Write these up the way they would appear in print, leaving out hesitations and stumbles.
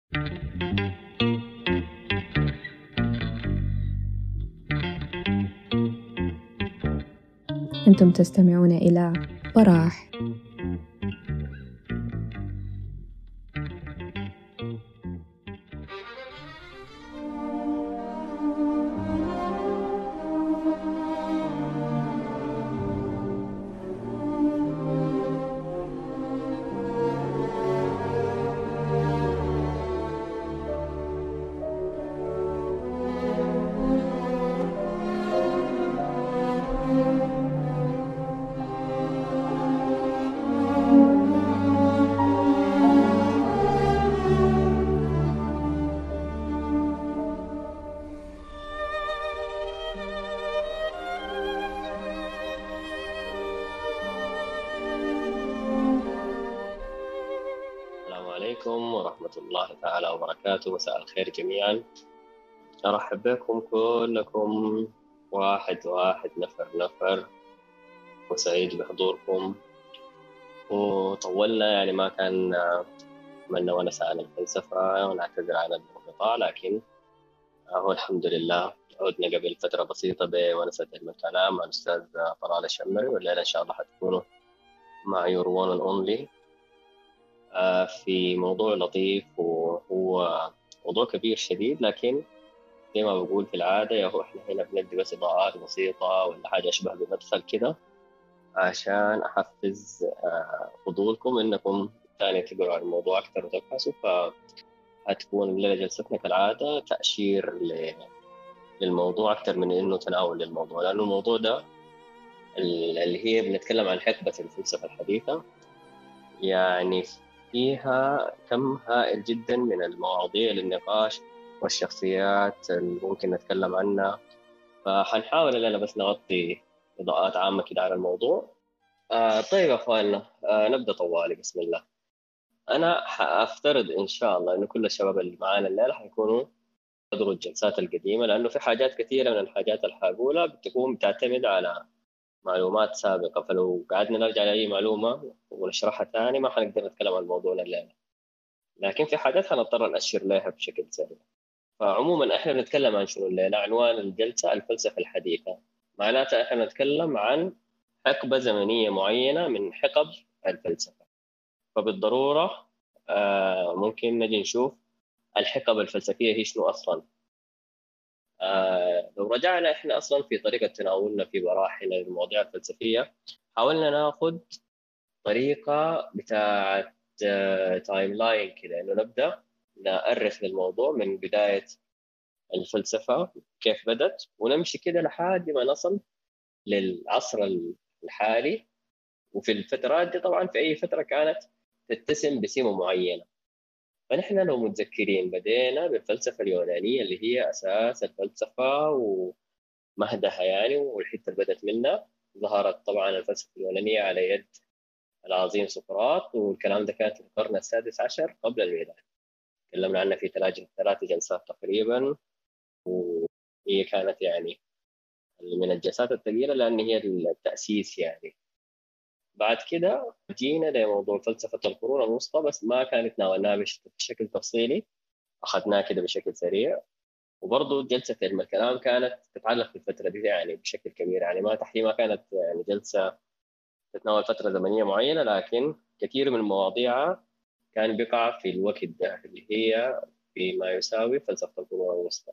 أنتم تستمعون إلى براح. السلام عليكم ورحمة الله تعالى وبركاته. مساء الخير جميعا. أرحب بكم كلكم واحد واحد نفر نفر، وسعيد بحضوركم. وطولنا يعني ما كان عملنا ونسى عن الفلسفة ونعتذر عن الانقطاع، لكن هو الحمد لله عدنا قبل فترة بسيطة بونسة علم الكلام مع الأستاذ طلال الشمري، والليلة إن شاء الله حتكونوا مع your one and only في موضوع لطيف، وهو موضوع كبير شديد، لكن زي ما بقول في العادة يا هو إحنا هنا بندي بس إضاءات بسيطة ولا حاجة أشبه بمدخل كده عشان أحفز فضولكم إنكم تاني تقرأوا عن الموضوع أكثر وتبحثوا. فهتكون الليلة جلستنا كالعادة تأشير للموضوع أكثر من إنه تناول للموضوع، لأنه الموضوع ده اللي هي بنتكلم عن حقبة الفلسفة الحديثة، يعني فيها كم هائل جدا من المواضيع للنقاش والشخصيات اللي ممكن نتكلم عنها. فحنحاول إننا بس نغطي إضاءات عامة كده على الموضوع. طيب يا أخواننا، نبدأ طوالي. بسم الله. أنا حأفترض إن شاء الله إنه كل الشباب اللي معانا الليلة حيكونوا حضروا الجلسات القديمة، لأنه في حاجات كثيرة من الحاجات اللي حقولها بتكون بتعتمد على معلومات سابقة، فلو قعدنا نرجع لأي معلومة ونشرحها تاني ما حنقدر نتكلم عن موضوعنا الليلة، لكن في حاجات حنضطر نأشر لها بشكل سريع. فعموما احنا بنتكلم عن شنو الليلة؟ عنوان الجلسة الفلسفة الحديثة، معناتها احنا نتكلم عن حقبة زمنية معينة من حقب الفلسفة. فبالضرورة ممكن نجي نشوف الحقب الفلسفية هي شنو أصلا. لو رجعنا احنا أصلا في طريقة تناولنا في مراحل المواضيع الفلسفية، حاولنا ناخذ طريقة بتاعة تايم لاين كده، إنه نبدأ نأرخ للموضوع من بداية الفلسفة كيف بدت، ونمشي كده لحد ما نصل للعصر الحالي. وفي الفترات دي طبعا في أي فترة كانت تتسم بسمة معينة. فنحن لو متذكرين بدينا بالفلسفة اليونانية اللي هي أساس الفلسفة ومهدها يعني، والحتة اللي بدت منها ظهرت طبعا الفلسفة اليونانية على يد العظيم سقراط، والكلام ده كان في القرن السادس عشر قبل الميلاد. تكلمنا عنها في ثلاث جلسات تقريبا، وهي كانت يعني من الجلسات الثقيلة لأن هي التأسيس يعني. بعد كده جينا لموضوع فلسفة القرون الوسطى، بس ما كانت ناولناها بشكل تفصيلي، أخذناه كده بشكل سريع. وبرضه جلسة علم الكلام كانت تتعلق بالفترة دي يعني بشكل كبير، يعني ما كانت يعني جلسة تتناول فترة زمنية معينة، لكن كثير من مواضيعها كان بيقع في الوقت ده اللي هي فيما يساوي فلسفة القرون الوسطى.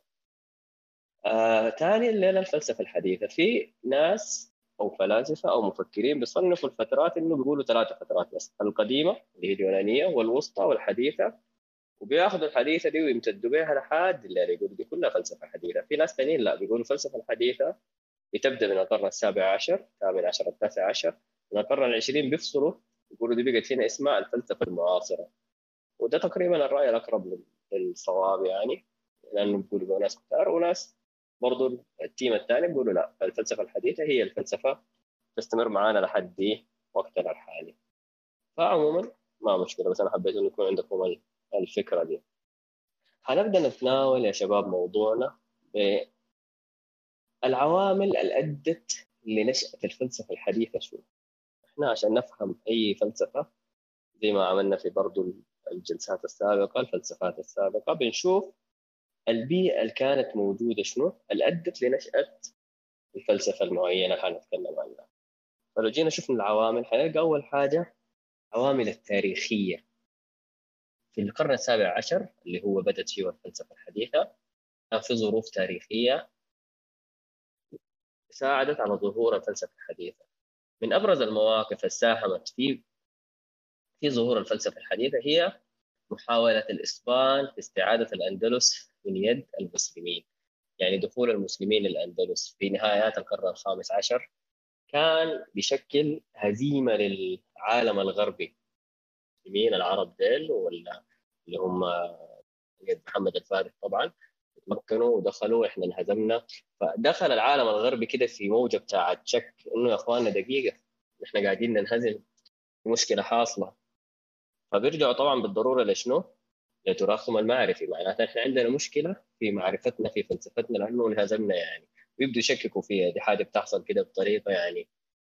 تاني الليلة الفلسفة الحديثة، في ناس أو فلاسفة أو مفكرين بيصنفوا الفترات إنه بيقولوا ثلاثة فترات بس: القديمة اللي هي اليونانية، والوسطى، والحديثة. وبياخذوا الحديثة دي ويمتدوا بها لحد اللي يقولوا دي كلها فلسفة حديثة. في ناس ثانيين لا، بيقولوا الفلسفة الحديثة بتبدأ من القرن السابع عشر، الثامن عشر، التاسع عشر. من القرن العشرين بيفصلوا، يقولوا دي بقت هنا اسمها الفلسفة المعاصرة. وده تقريبا الرأي الأقرب للصواب يعني، لأنه بيقولوا ناس كتار، وناس برضو التيم الثاني بيقولوا لا، الفلسفة الحديثة هي الفلسفة تستمر معانا لحد وقتنا الحالي. فعموما ما مشكلة، بس أنا حبيت إنه يكون عندكم الفكرة دي. هنبدأ نتناول يا شباب موضوعنا بالعوامل اللي أدت لنشأة الفلسفة الحديثة. شو إحنا عشان نفهم أي فلسفة، زي ما عملنا في برضو الجلسات السابقة، الفلسفات السابقة، بنشوف البيئة اللي كانت موجودة شنو اللي أدت لنشأة الفلسفة المعينة اللي حنتكلم عنها. فلو جينا شفنا العوامل حنلقى أول حاجة عوامل التاريخية. في القرن السابع عشر اللي هو بدأت فيه الفلسفة الحديثة، كان في ظروف تاريخية ساعدت على ظهور الفلسفة الحديثة. من أبرز المواقف اللي ساهمت في ظهور الفلسفة الحديثة هي محاولة الإسبان في استعادة الأندلس من يد المسلمين. يعني دخول المسلمين الأندلس في نهايات القرن الخامس عشر كان بشكل هزيمة للعالم الغربي. المسلمين العرب ديل ولا اللي هم يد محمد الفاتح طبعا تمكنوا ودخلوا، احنا انهزمنا. فدخل العالم الغربي كده في موجة بتاعة شك انه يا اخواننا دقيقة احنا قاعدين ننهزم، في مشكلة حاصلة. فبيرجعوا طبعا بالضرورة لشنو؟ لتراكم المعرفي. معناتها احنا عندنا مشكلة في معرفتنا في فلسفتنا لانه انهزمنا يعني. ويبدوا يشككوا فيها. دي حاجة بتحصل كده بطريقة يعني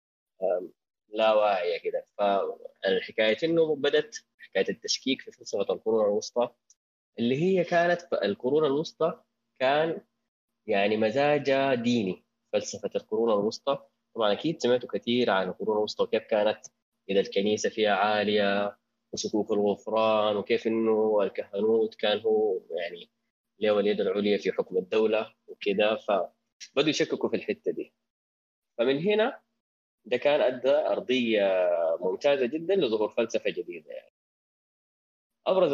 لا واعية كده. فالحكاية انه بدت حكاية التشكيك في فلسفة القرون الوسطى، اللي هي كانت في القرون الوسطى كان يعني مزاجها ديني. فلسفة القرون الوسطى طبعا أكيد سمعتوا كثير عن القرون الوسطى وكيف كانت إذا الكنيسة فيها عالية وصكوك الغفران، وكيف إنه الكهنوت كان هو يعني له اليد العليا في حكم الدولة وكذا. فبدوا يشككوا في الحتة دي. فمن هنا ده كان أدى أرضية ممتازة جدا لظهور فلسفة جديدة يعني. أبرز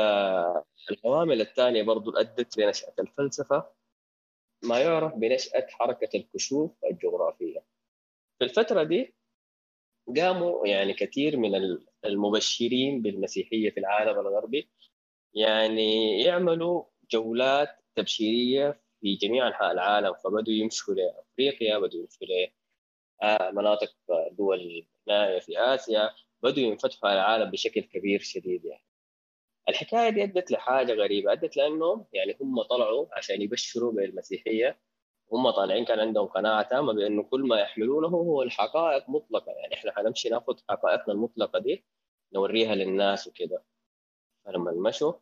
العوامل الثانية برضو اللي أدت لنشأة الفلسفة ما يعرف بنشأة حركة الكشوف الجغرافية. في الفترة دي قاموا يعني كثير من المبشرين بالمسيحية في العالم الغربي يعني يعملوا جولات تبشيرية في جميع أنحاء العالم. فبدوا يمشوا لأفريقيا، بدوا يمشوا لمناطق دول نائية في آسيا، بدوا ينفتحوا على العالم بشكل كبير شديد يعني. الحكاية دي أدت لحاجة غريبة، أدت لأنهم يعني هم طلعوا عشان يبشروا بالمسيحية. هم طالعين كان عندهم قناعة تامة بأنه كل ما يحملونه هو الحقائق مطلقة، يعني إحنا حنمشي ناخذ حقائقنا المطلقة دي نوريها للناس وكده. فلما مشوا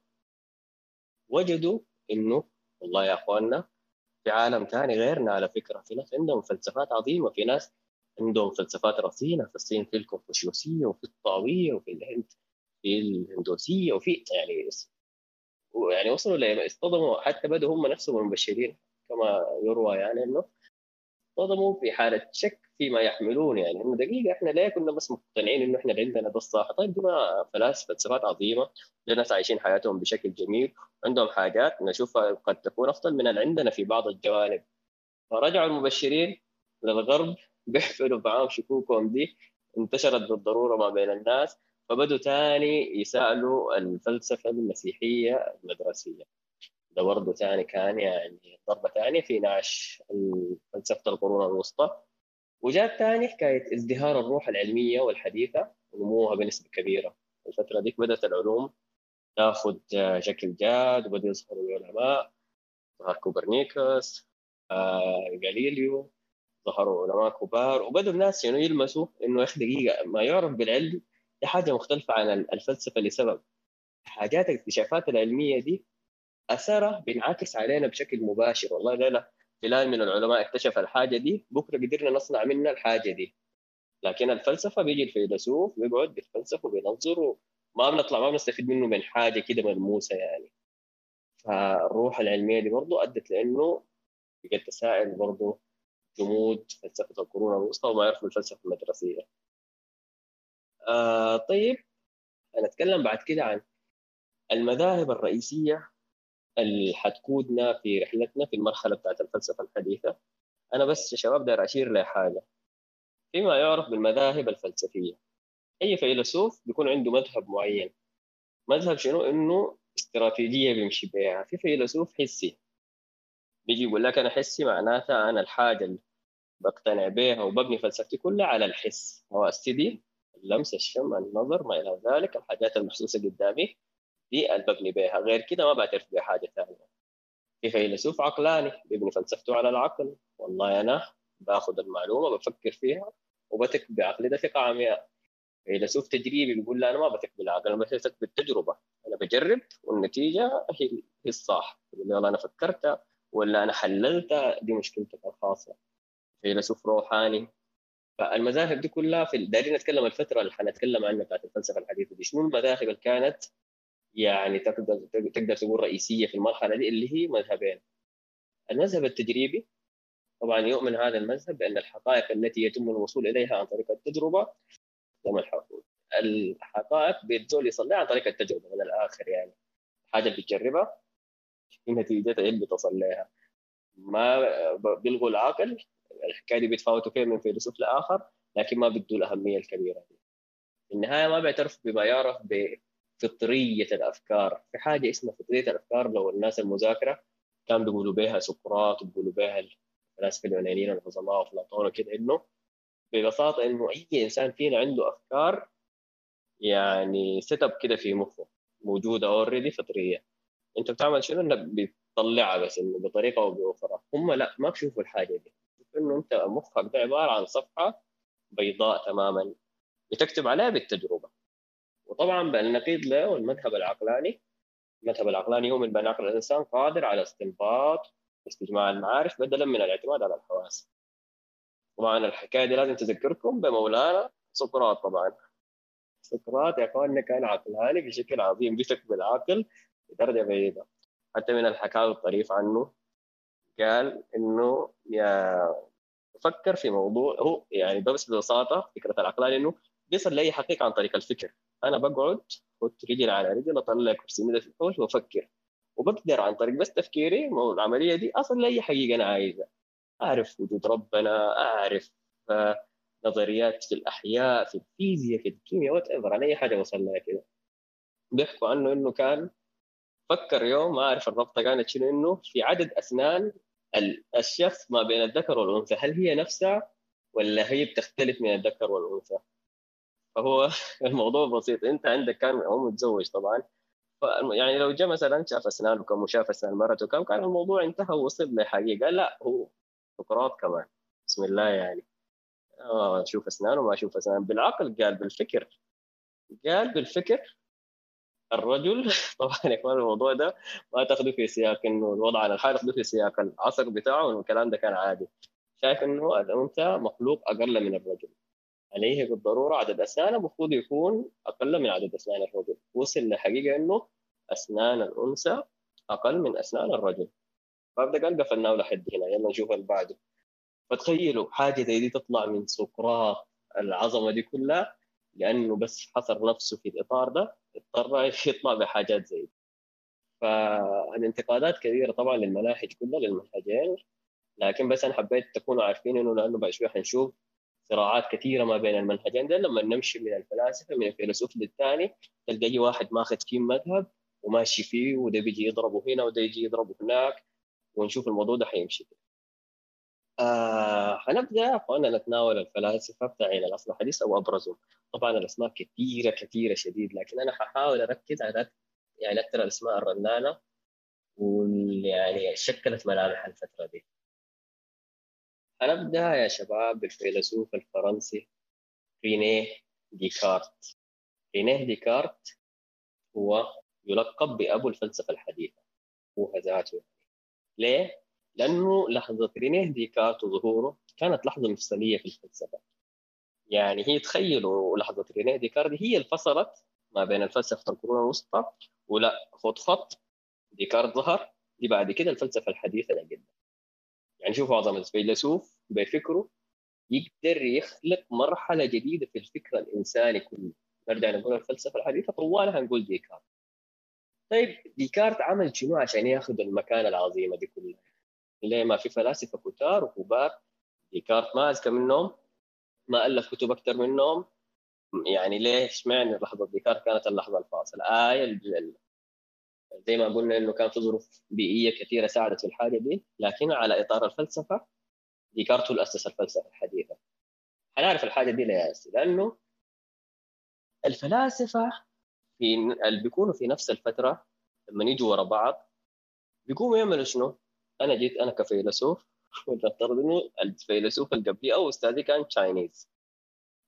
وجدوا إنه والله يا أخواننا في عالم ثاني غيرنا. على فكرة في ناس عندهم فلسفات عظيمة، في ناس عندهم فلسفات رصينة. في الصين في الكونفوشيوسية وفي الطاوية وفي الهند في الهندوسية وفي يعني وصلوا اصطدموا، حتى بدوا هم نفسهم المبشرين كما يروى يعني انه صدموا في حاله شك فيما يحملون. يعني انه دقيقه احنا ليه كنا بس مقتنعين انه احنا اللي عندنا ده الصح؟ طيب دي ما فلاسفه فلسفات عظيمه، دي ناس عايشين حياتهم بشكل جميل، عندهم حاجات نشوفها قد تكون افضل من اللي عندنا في بعض الجوانب. فرجعوا المبشرين للغرب بيحفلوا معاهم شكوكهم دي، انتشرت بالضروره ما بين الناس. فبدوا تاني يسألوا الفلسفة المسيحية المدرسية. ده برضه ثاني كان يعني ضربة ثانية في نعش فلسفة القرون الوسطى. وجات ثاني حكاية ازدهار الروح العلمية والحديثة ونموها بنسبة كبيرة. الفترة ديك بدأت العلوم تاخذ شكل جاد وبدأ يظهروا العلماء. ظهر كوبرنيكوس، غاليليو، ظهروا علماء كبار وبدأوا الناس يعني يلمسوا انه يا اخي دقيقة ما يعرف بالعلم دي حاجة مختلفة عن الفلسفة لسبب حاجات الاكتشافات العلمية دي اثرها بينعكس علينا بشكل مباشر. والله لا فلان من العلماء اكتشف الحاجه دي، بكره قدرنا نصنع منها الحاجه دي. لكن الفلسفه بيجي الفيلسوف بيقعد بيتفلسف وبينظر وما بنطلع ما بنستفيد منه من حاجه كده ملموسه يعني. فالروح العلميه دي برضه ادت لانه بقت تساعد برضه جمود فلسفه القرون الوسطى وما يعرفوا الفلسفه المدرسيه. طيب هنتكلم بعد كده عن المذاهب الرئيسيه اللي حتقودنا في رحلتنا في المرحله بتاعت الفلسفه الحديثه. انا بس يا شباب داير اشير لحاجه فيما يعرف بالمذاهب الفلسفيه. اي فيلسوف بيكون عنده مذهب معين. مذهب شنو؟ انه استراتيجيه بيمشي بها. في فيلسوف حسي بيجي يقول لك انا حسي معناتها انا الحاجه اللي بقتنع بها وببني فلسفتي كلها على الحس، حواسي دي اللمس الشم النظر ما الى ذلك الحاجات المحسوسه قدامي دي اللي ببني بها، غير كده ما بعترف بحاجه ثانيه. في فيلسوف عقلاني بيبني فلسفته على العقل. والله انا باخذ المعلومه بفكر فيها وبثق بعقلي ده ثقه عمياء. فيلسوف تجريبي بيقول لا انا ما بثق بالعقل، انا بثق بالتجربه، انا بجرب والنتيجه هي الصح. يقول والله انا فكرت ولا انا حللت، دي مشكلتك الخاصه. فيلسوف روحاني. فالمذاهب دي كلها دايرين نتكلم الفتره اللي حنتكلم عنها بتاعت الفلسفه الحديثه دي، شنو المذاهب اللي كانت يعني تقدر تقول رئيسيه في المرحله دي، اللي هي مذهبين. المذهب التجريبي طبعا يؤمن هذا المذهب بان الحقائق التي يتم الوصول اليها عن طريق التجربه لما الحقائق بيتزول يصلي عن طريق التجربه من الاخر يعني. الحاجه اللي بتجربها في نتيجتها اللي بتصل لها. ما بيلغوا العقل. الحكايه دي بيتفاوتوا فيها من فيلسوف لاخر، لكن ما بيدوا الاهميه الكبيره دي. في النهايه ما بيعترف بما يعرف بفطريه الافكار. في حاجه اسمها فطريه الافكار، لو الناس المذاكره كان بيقولوا بها سقراط وبيقولوا بها الفلاسفه اليونانيين العظماء وافلاطون وكده، انه ببساطه انه اي انسان فينا عنده افكار يعني سيت اب كده في مخه، موجوده اوريدي فطريه. انت بتعمل شنو؟ انك بتطلعها بس انه بطريقه او باخرى. هم لا، ما بيشوفوا الحاجه دي، بيشوفوا انه انت مخك ده عباره عن صفحه بيضاء تماما بتكتب عليها بالتجربه. وطبعا بالنقيض له المذهب العقلاني. المذهب العقلاني يؤمن بان عقل الانسان قادر على استنباط واستجماع المعارف بدلا من الاعتماد على الحواس. طبعا الحكايه دي لازم تذكركم بمولانا سقراط. طبعا سقراط يا اخواننا كان عقلاني بشكل عظيم، بيثق بالعقل بدرجه بعيده. حتى من الحكاوي الطريف عنه قال انه يا فكر في موضوع هو يعني ده بس ببساطه فكره العقلاني انه بيصل لاي حقيقه عن طريق الفكر. انا بقعد احط رجل على رجل اطلع كرسي من في الحوش وافكر، وبقدر عن طريق بس تفكيري العمليه دي اصل لاي حقيقه انا عايزها. اعرف وجود ربنا، اعرف نظريات في الاحياء في الفيزياء في الكيمياء وات ايفر، عن اي حاجه وصل لها كده. بيحكوا عنه انه كان فكر يوم، ما اعرف الربطه كانت شنو، انه في عدد اسنان الشخص ما بين الذكر والانثى، هل هي نفسها ولا هي بتختلف من الذكر والانثى؟ فهو الموضوع بسيط. انت عندك كان هو متزوج طبعا، يعني لو جاء مثلا شاف اسنانه كم وشاف اسنان مرته كم، كان الموضوع انتهى ووصل لحقيقه. لا، هو سقراط كمان بسم الله يعني شوف اسنانه ما اشوف اسنان بالعقل، قال بالفكر. قال بالفكر الرجل طبعا يا اخوان الموضوع ده ما تاخذه في سياق انه الوضع على الحال، تاخذه في سياق العصر بتاعه انه الكلام ده كان عادي. شايف انه الانثى مخلوق اقل من الرجل، عليه بالضروره عدد اسنانه المفروض يكون اقل من عدد اسنان الرجل. وصل لحقيقه انه اسنان الانثى اقل من اسنان الرجل. فبدا قال قفلناه لحد هنا، يلا نشوف اللي بعده. فتخيلوا حاجه زي دي تطلع من سقراط، العظمه دي كلها، لانه بس حصر نفسه في الاطار ده اضطر يطلع بحاجات زي دي. فالانتقادات كثيره طبعا للمناهج كلها للمنهجين، لكن بس انا حبيت تكونوا عارفين انه لانه بعد شوي حنشوف صراعات كثيره ما بين المنهجين ده لما نمشي من الفلاسفه من الفيلسوف للثاني. تلقى اي واحد ماخذ فيه مذهب وماشي فيه، وده بيجي يضربه هنا وده يجي يضربه هناك، ونشوف الموضوع ده حيمشي. هنبدا يا اخوانا نتناول الفلاسفه بتاعين الاصل الحديث او ابرزهم. طبعا الاسماء كثيره كثيره شديد، لكن انا ححاول اركز على يعني اكثر الاسماء الرنانه واللي يعني شكلت ملامح الفتره دي. هنبدا يا شباب بالفيلسوف الفرنسي رينيه ديكارت. رينيه ديكارت هو يلقب بابو الفلسفه الحديثه، هو ذاته. ليه؟ لانه لحظه رينيه ديكارت وظهوره كانت لحظه مفصليه في الفلسفه. يعني هي تخيلوا لحظه رينيه ديكارت هي اللي فصلت ما بين الفلسفه القرون الوسطى، ولا خط خط ديكارت ظهر دي بعد كده الفلسفه الحديثه جدا. يعني شوفوا عظمه الفيلسوف بفكره يقدر يخلق مرحله جديده في الفكر الانساني كله. نرجع نقول الفلسفه الحديثه طوالها نقول ديكارت. طيب ديكارت عمل شنو عشان ياخذ المكانه العظيمه دي كلها؟ ليه ما في فلاسفه كتار وكبار ديكارت ما اذكى منهم، ما الف كتب اكثر منهم؟ يعني ليش معنى لحظه ديكارت كانت اللحظه الفاصله زي ما قلنا انه كان في ظروف بيئيه كثيره ساعدت في الحاجه دي، لكن على اطار الفلسفه ديكارت هو اللي اسس الفلسفه الحديثه. حنعرف الحاجه دي ليه؟ لانه الفلاسفه اللي بيكونوا في نفس الفتره لما يجوا ورا بعض بيقوموا يعملوا شنو؟ انا جيت انا كفيلسوف ونفترض انه الفيلسوف اللي قبلي او استاذي كان تشاينيز،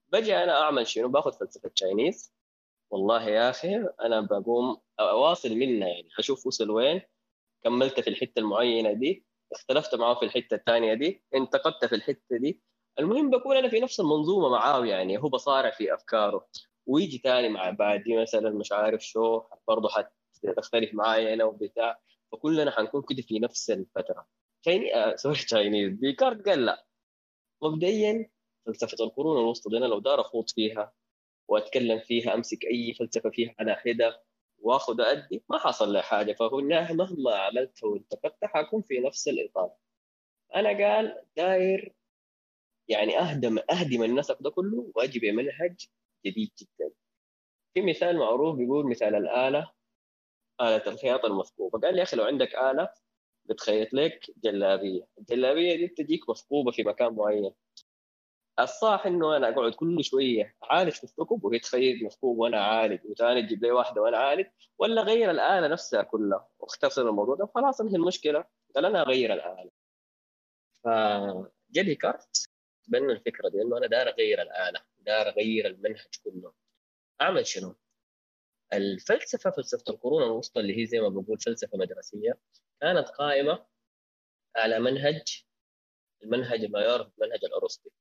بجي انا اعمل شنو؟ باخذ فلسفه تشاينيز. والله يا اخي انا بقوم اواصل منها، يعني اشوف وصل وين، كملت في الحته المعينه دي، اختلفت معاه في الحته الثانيه دي، انتقدت في الحته دي، المهم بكون انا في نفس المنظومه معاه، يعني هو بصارع في افكاره، ويجي تاني مع بعدي مثلا مش عارف شو برضه حتختلف معايا انا وبتاع، فكلنا حنكون كده في نفس الفتره. سوري تشاينيز ديكارت قال لا، مبدئيا فلسفه القرون الوسطى دي انا لو دار اخوض فيها واتكلم فيها، امسك اي فلسفه فيها على حده واخذ ادي، ما حصل لي حاجه، فهو مهما عملت وانتقدت حكون في نفس الاطار. انا قال داير يعني اهدم النسق ده كله واجي بمنهج جديد جدا. في مثال معروف بيقول مثال الاله، اله الخياطه المثقوبه. قال لي يا اخي لو عندك اله بتخيط لك جلابيه، الجلابيه دي بتجيك مثقوبه في مكان معين، الصح انه انا اقعد كل شويه اعالج في الثقب وهي تخيط مثقوب وانا اعالج، وثاني تجيب لي واحده وانا اعالج، ولا اغير الاله نفسها كلها واختصر الموضوع ده وخلاص انهي المشكله؟ قال انا اغير الاله. فجدي كارت تبنى الفكره دي انه انا داير اغير الاله، داير اغير المنهج كله. اعمل شنو؟ الفلسفه، فلسفه القرون الوسطى اللي هي زي ما بقول فلسفه مدرسيه، كانت قائمه على المنهج ما يعرف بالمنهج الارسطي.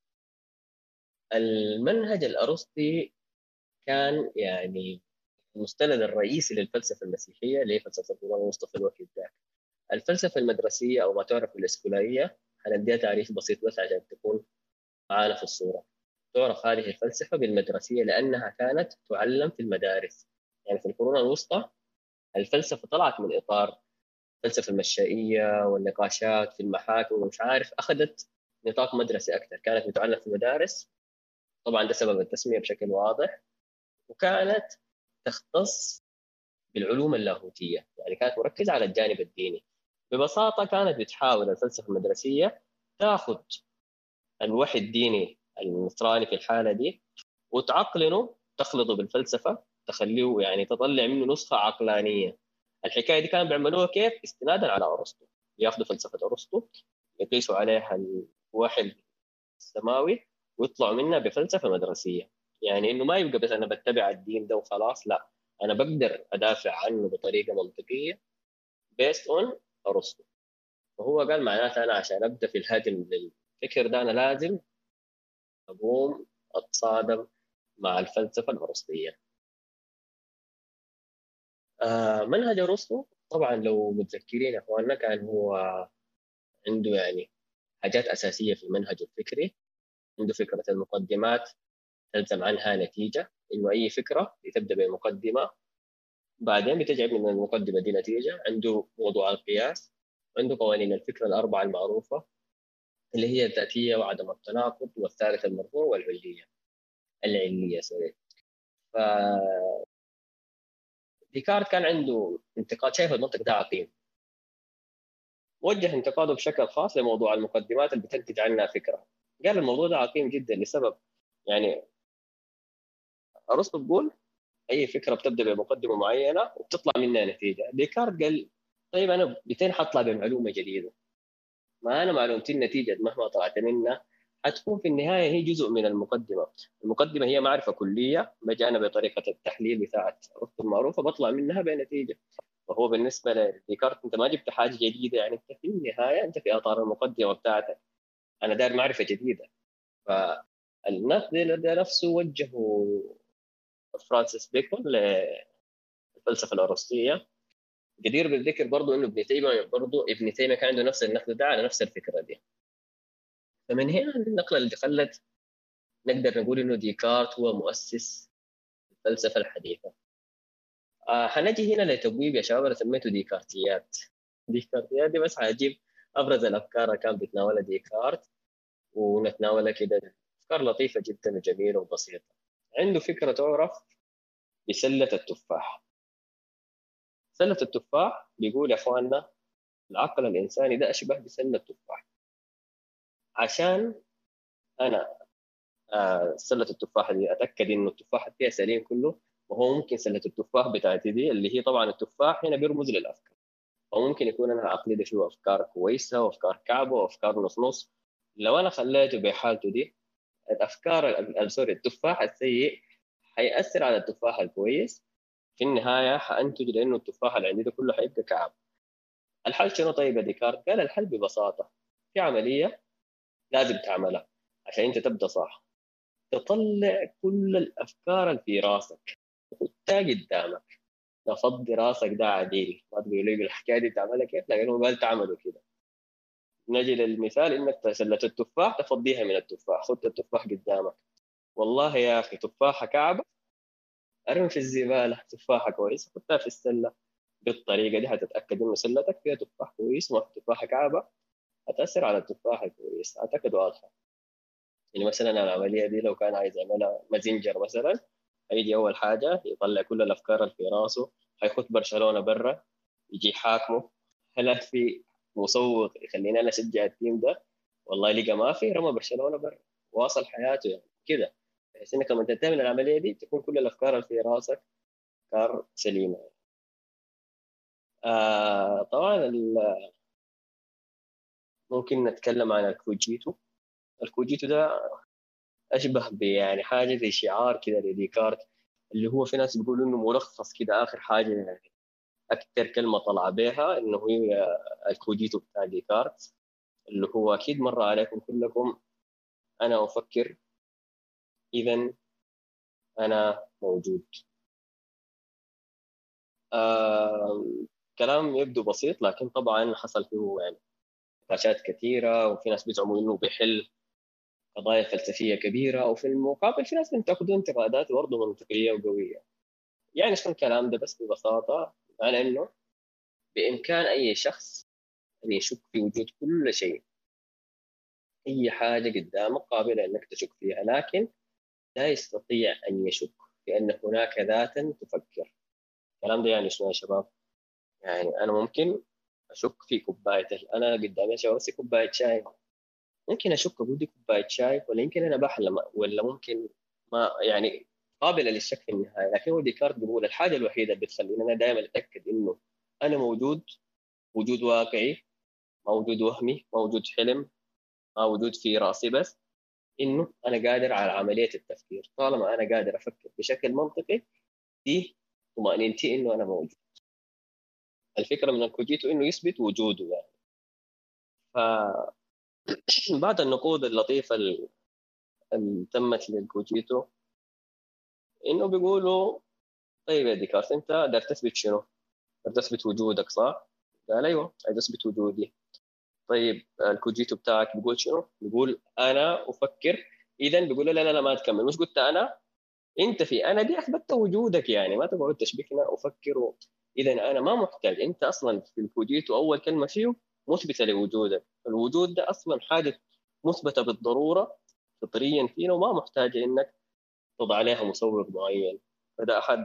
المنهج الارسطي كان يعني المستند الرئيسي للفلسفه المسيحيه اللي هي فلسفه القرون الوسطى في الوقت ذاك. الفلسفه المدرسيه او ما تعرف بالاسكولاريه، هنديها تعريف بسيط بس عشان تكون معانا في الصوره. تعرف هذه الفلسفه بالمدرسيه لانها كانت تعلم في المدارس. يعني في القرون الوسطى الفلسفه طلعت من اطار الفلسفه المشائيه والنقاشات في المحاكم ومش عارف، اخذت نطاق مدرسي اكثر، كانت بتعلم في المدارس. طبعا ده سبب التسميه بشكل واضح. وكانت تختص بالعلوم اللاهوتيه، يعني كانت مركزه على الجانب الديني. ببساطه كانت بتحاول الفلسفه المدرسيه تاخذ الوحي الديني النصراني في الحاله دي وتعقلنه، تخلطه بالفلسفه، تخليه يعني تطلع منه نسخه عقلانيه. الحكايه دي كانوا بيعملوها كيف؟ استنادا على ارسطو. ياخذوا فلسفه ارسطو يقيسوا عليها الوحي السماوي ويطلعوا منها بفلسفه مدرسيه. يعني انه ما يبقى بس انا بتبع الدين ده وخلاص، لا، انا بقدر ادافع عنه بطريقه منطقيه بيست اون ارسطو. وهو قال معناته انا عشان ابدا في الهدم للفكر ده انا لازم اقوم اتصادم مع الفلسفه الارسطيه. منهج ارسطو طبعا لو متذكرين يا اخواننا كان هو عنده يعني حاجات اساسيه في المنهج الفكري. عنده فكره المقدمات تلزم عنها نتيجه، انه اي فكره تبدا بمقدمه بعدين بتجعل من المقدمه دي نتيجه. عنده موضوع القياس، عنده قوانين الفكره الاربعه المعروفه اللي هي الذاتيه وعدم التناقض والثالث المرفوع والعليه، العليه سوري. فديكارت كان عنده انتقاد، شايف المنطق ده عقيم، وجه انتقاده بشكل خاص لموضوع المقدمات اللي بتنتج عنها فكره. قال الموضوع ده عقيم جدا لسبب، يعني ارسطو بيقول اي فكره بتبدا بمقدمه معينه وبتطلع منها نتيجه. ديكارت قال طيب انا بتين حطلع بمعلومه جديده، ما انا معلومتي النتيجه مهما طلعت منها حتكون في النهايه هي جزء من المقدمه. المقدمه هي معرفه كليه بجي انا بطريقه التحليل بتاعت ارسطو المعروفه بطلع منها بنتيجه. وهو بالنسبه لديكارت انت ما جبت حاجه جديده، يعني انت في النهايه انت في اطار المقدمه بتاعتك، انا داير معرفه جديده. فالناس ده نفسه وجهه فرانسيس بيكون للفلسفه الارسطيه. جدير بالذكر برضه انه ابن تيميه كان عنده نفس النقد ده على نفس الفكره دي. فمن هنا النقله اللي خلت نقدر نقول انه ديكارت هو مؤسس الفلسفه الحديثه. حنجي هنا لتبويب يا شباب، انا سميته ديكارتيات. ديكارتيات دي بس حجيب ابرز الافكار اللي كان بيتناولها ديكارت ونتناولها كده. افكار لطيفه جدا وجميله وبسيطه. عنده فكره تعرف بسله التفاح. سله التفاح بيقول يا اخواننا العقل الانساني ده اشبه بسله التفاح. عشان انا سله التفاح دي اتاكد انه التفاح فيها سليم كله، وهو ممكن سله التفاح بتاعتي دي اللي هي طبعا التفاح هنا بيرمز للافكار، او ممكن يكون انا عقلي ده فيه افكار كويسه وافكار كعبه وافكار نص نص. لو انا خليته بحالته دي سوري، التفاح السيء حيأثر على التفاح الكويس. في النهاية حأنتج لأنه التفاح اللي عندي ده كله حيبقى كعب. الحل شنو طيب يا ديكارت؟ قال الحل ببساطة، في عملية لازم تعملها عشان أنت تبدأ صح. تطلع كل الأفكار اللي في راسك وحطها قدامك. تفضي راسك ده عديل، ما تقول لي الحكاية دي تعملها كيف، لكنه قال تعمله كده. نجي للمثال انك سلة التفاح تفضيها من التفاح، خذ التفاح قدامك. والله يا اخي تفاحه كعبه، ارمي في الزباله. تفاحه كويسه حطها في السله. بالطريقه دي هتتاكد انه سلتك فيها تفاح كويس وما في تفاحه كعبه. هتاثر على التفاح الكويس، اعتقد واضحه. يعني مثلا العمليه دي لو كان عايز يعملها مازنجر مثلا، هيجي اول حاجه يطلع كل الافكار اللي في راسه، هيخط برشلونه برا، يجي حاكمه. هل في مسوق يخليني انا اشجع التيم ده؟ والله لقى ما في، رمى برشلونه برا، واصل حياته يعني كده. بحيث انك لما تنتهي من العمليه دي تكون كل الافكار اللي في راسك افكار سليمه. طبعا ممكن نتكلم عن الكوجيتو. الكوجيتو ده اشبه يعني حاجه زي شعار كده لديكارت، اللي هو في ناس بيقولوا انه ملخص كده اخر حاجه يعني. اكثر كلمه طلع بها انه هي الكوجيتو بتاع ديكارت، اللي هو اكيد مر عليكم كلكم. انا افكر، اذا انا موجود. آه كلام يبدو بسيط، لكن طبعا حصل فيه يعني نقاشات كثيره، وفي ناس بيزعموا انه بيحل قضايا فلسفيه كبيره، وفي المقابل في ناس بينتقدوا انتقادات برضه منطقيه وقويه. يعني شنو الكلام ده؟ بس ببساطه على انه بامكان اي شخص ان يشك في وجود كل شيء. اي حاجه قدامك قابله انك تشك فيها، لكن لا يستطيع ان يشك بان هناك ذاتا تفكر. الكلام ده يعني شنو يا شباب؟ يعني انا ممكن اشك في كوبايه، انا قدامي بس كوبايه شاي، ممكن اشك اقول دي كوبايه شاي، ولا يمكن انا بحلم، ولا ممكن ما يعني قابله للشك في النهايه. لكن هو ديكارت بيقول الحاجه الوحيده اللي بتخليني انا دائما اتاكد انه انا موجود، وجود واقعي، ما وجود وهمي، ما وجود حلم، ما وجود في راسي بس، انه انا قادر على عمليه التفكير. طالما انا قادر افكر بشكل منطقي، دي طمانينتي انه انا موجود. الفكره من الكوجيتو انه يثبت وجوده يعني. فبعد النقود اللطيفه اللي تمت للكوجيتو، انه بيقولوا طيب يا ديكارت انت قدرت تثبت شنو؟ قدرت تثبت وجودك صح؟ قال ايوه قدرت اثبت وجودي. طيب الكوجيتو بتاعك بيقول شنو؟ بيقول انا افكر. اذا بيقول لا لا لا ما تكمل، مش قلت انا؟ انت في انا دي اثبتت وجودك، يعني ما تقعد تشبكنا افكر. اذا انا ما محتاج، انت اصلا في الكوجيتو اول كلمه فيه مثبته لوجودك. الوجود ده اصلا حاجه مثبته بالضروره فطريا فينا، وما محتاجه انك تضع عليها مسوغ معين. فده احد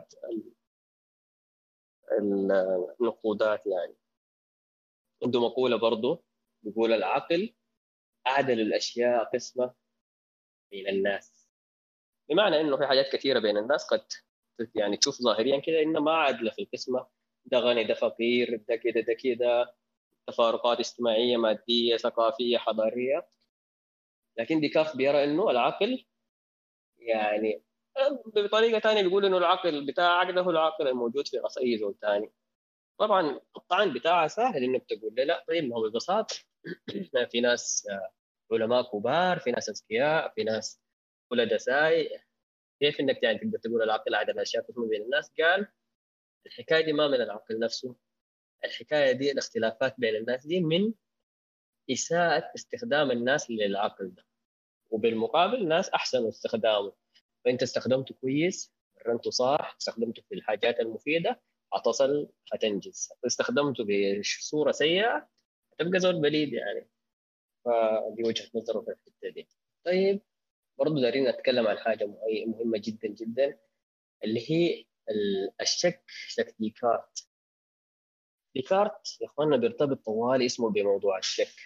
النقودات يعني. عنده مقوله برضه بيقول العقل اعدل الاشياء قسمه بين الناس. بمعنى انه في حاجات كثيره بين الناس قد يعني تشوف ظاهريا كده انها ما عادله في القسمه، ده غني ده فقير، ده كده ده كده، تفارقات اجتماعيه ماديه ثقافيه حضاريه. لكن ديكارت بيرى انه العقل يعني بطريقه ثانيه بيقول انه العقل بتاعك ده هو العقل الموجود في راس اي زول ثاني. طبعا الطعن بتاعها سهل انك تقول لي لا طيب ما هو ببساطه في ناس علماء كبار، في ناس اذكياء، في ناس ولد ساي، كيف انك يعني تقدر تقول العقل عدم الاشياء تكون بين الناس؟ قال الحكايه دي ما من العقل نفسه، الحكايه دي الاختلافات بين الناس دي من اساءه استخدام الناس للعقل ده. وبالمقابل ناس احسنوا استخدامه، فانت استخدمته كويس، مرنته صح، استخدمته في الحاجات المفيده، هتصل هتنجز. استخدمته بصوره سيئه هتبقى زول بليد يعني. فدي وجهه نظره في الحته دي. طيب برضه دارين نتكلم عن حاجه مهمه جدا جدا، اللي هي الشك. شك ديكارت. ديكارت يا اخوانا بيرتبط طوالي اسمه بموضوع الشك.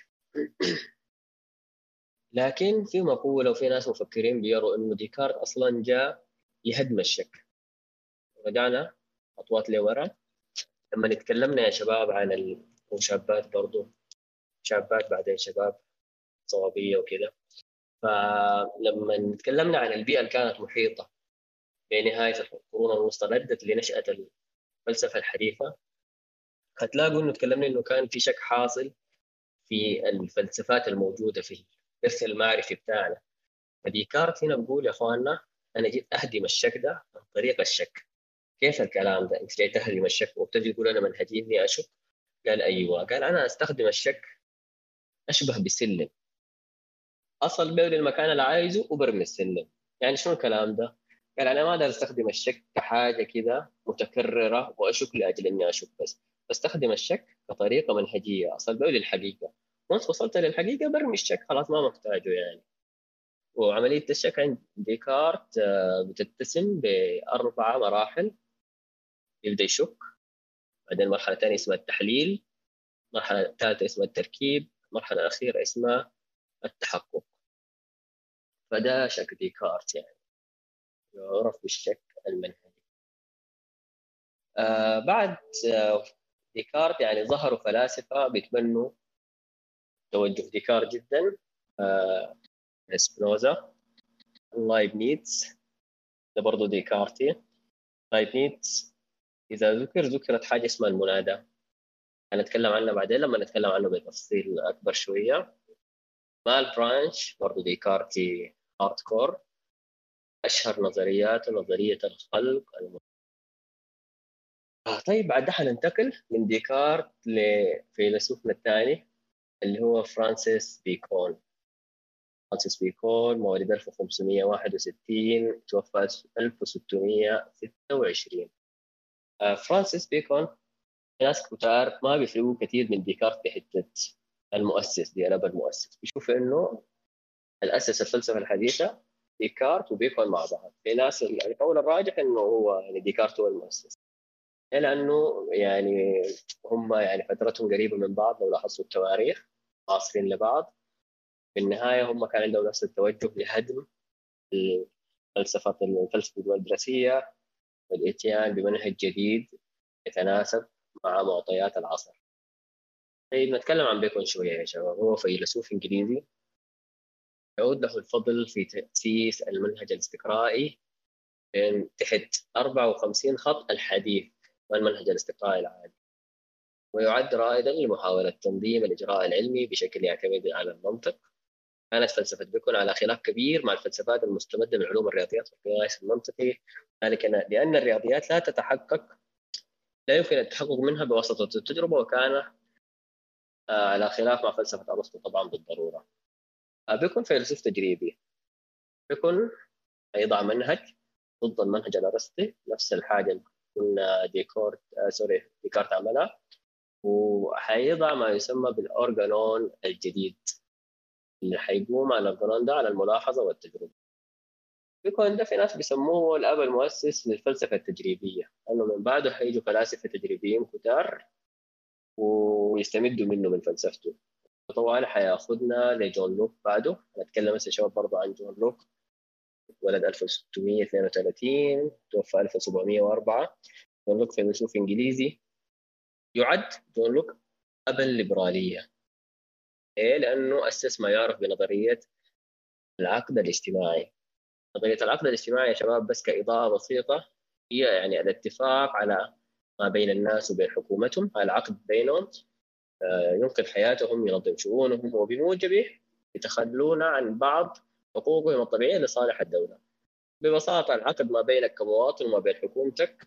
لكن في مقولة وفي ناس مفكرين بيروا انه ديكارت اصلا جاء يهدم الشك. رجعنا خطوات لورا لما اتكلمنا يا شباب عن وشابات برضو، شابات بعدين شباب، صوابية وكده. فلما تكلمنا عن البيئة اللي كانت محيطة بنهاية القرون الوسطى أدت لنشأة الفلسفة الحديثة، هتلاقوا إنه تكلمنا إنه كان في شك حاصل في الفلسفات الموجودة في الإرث المعرفي بتاعنا. فديكارت هنا بقول يا أخواننا أنا جيت أهدم الشك ده عن طريق الشك. كيف الكلام ده؟ أنت جاي تهدم الشك وبتجي تقول أنا منهجي إني أشك؟ قال أيوه، قال أنا أستخدم الشك أشبه بسلم، أصل بيه للمكان اللي عايزه وبرمي السلم. يعني شنو الكلام ده؟ قال أنا ما أقدر أستخدم الشك كحاجة كده متكررة وأشك لأجل إني أشك بس، بستخدم الشك كطريقة منهجية أصل بيه للحقيقة. وانت وصلت للحقيقة برمي الشك خلاص ما محتاجه يعني. وعملية الشك عند ديكارت بتتسم بأربع مراحل. يبدأ يشك، بعدين مرحلة ثانية اسمها التحليل، مرحلة ثالثة اسمها التركيب، المرحلة الأخيرة اسمها التحقق. فده شك ديكارت يعني، يعرف بالشك المنهجي. بعد آه ديكارت يعني ظهروا فلاسفة بيتبنوا توجه ديكارت جدا. آه سبينوزا، لايبنيتس، ده برضه ديكارتي. لايبنيتس إذا ذكرت حاجة اسمها المنادى، هنتكلم عنها بعدين لما نتكلم عنه بتفصيل أكبر شوية. مال برانش برضه ديكارتي هارد كور. أشهر نظريات نظرية الخلق طيب بعد ده حننتقل من ديكارت لفيلسوفنا الثاني اللي هو فرانسيس بيكون. فرانسيس بيكون مواليد 1561 توفى 1626. فرانسيس بيكون ناس كتار ما بيفرقوا كثير من ديكارت في حتة المؤسس دي. أنا المؤسس بيشوف إنه الأسس الفلسفة الحديثة ديكارت وبيكون مع بعض. في ناس القول الراجح إنه هو يعني ديكارت هو المؤسس، لأنه يعني هم يعني فترتهم قريبة من بعض لو لاحظتوا التواريخ معاصرين لبعض. في النهاية هم كان عندهم نفس التوجه لهدم الفلسفة الدراسية والإتيان بمنهج جديد يتناسب مع معطيات العصر. طيب نتكلم عن بيكون شوية يا شباب. هو فيلسوف إنجليزي يعود له الفضل في تأسيس المنهج الاستقرائي من تحت 54 خط الحديث والمنهج الاستقرائي العادي، ويعد رائدا لمحاولة تنظيم الإجراء العلمي بشكل يعتمد على المنطق. كانت فلسفة بيكون على خلاف كبير مع الفلسفات المستمدة من علوم الرياضيات والقياس المنطقي، ذلك لأن الرياضيات لا تتحقق، لا يمكن التحقق منها بواسطة التجربة، وكان على خلاف مع فلسفة أرسطو طبعا بالضرورة. بيكون فيلسوف تجريبي. بيكون يضع منهج ضد المنهج الأرسطي، نفس الحاجة اللي كنا ديكارت عملها، وحيضع ما يسمى بالأورجانون الجديد اللي حيقوم على القانون ده على الملاحظة والتجربة. بيكون ده في ناس بيسموه الأب المؤسس للفلسفة التجريبية، لأنه من بعده حيجوا فلاسفة تجريبيين كتار ويستمدوا منه من فلسفته. طبعا حياخذنا لجون لوك بعده. هنتكلم هسه شباب برضه عن جون لوك، ولد 1632 توفى 1704. جون لوك فيلسوف إنجليزي. يعد جون لوك أبا الليبرالية. إيه؟ لأنه أسس ما يعرف بنظرية العقد الاجتماعي. نظرية العقد الاجتماعي يا شباب بس كإضاءة بسيطة، هي يعني الاتفاق على ما بين الناس وبين حكومتهم، العقد بينهم ينقذ حياتهم، ينظم شؤونهم، وبموجبه يتخلون عن بعض حقوقهم الطبيعية لصالح الدولة. ببساطة العقد ما بينك كمواطن وما بين حكومتك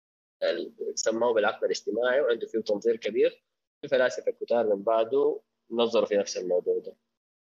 سموه بالعقد الاجتماعي، وعنده فيه تنظير كبير. في فلاسفة كتار من بعده نظروا في نفس الموضوع ده.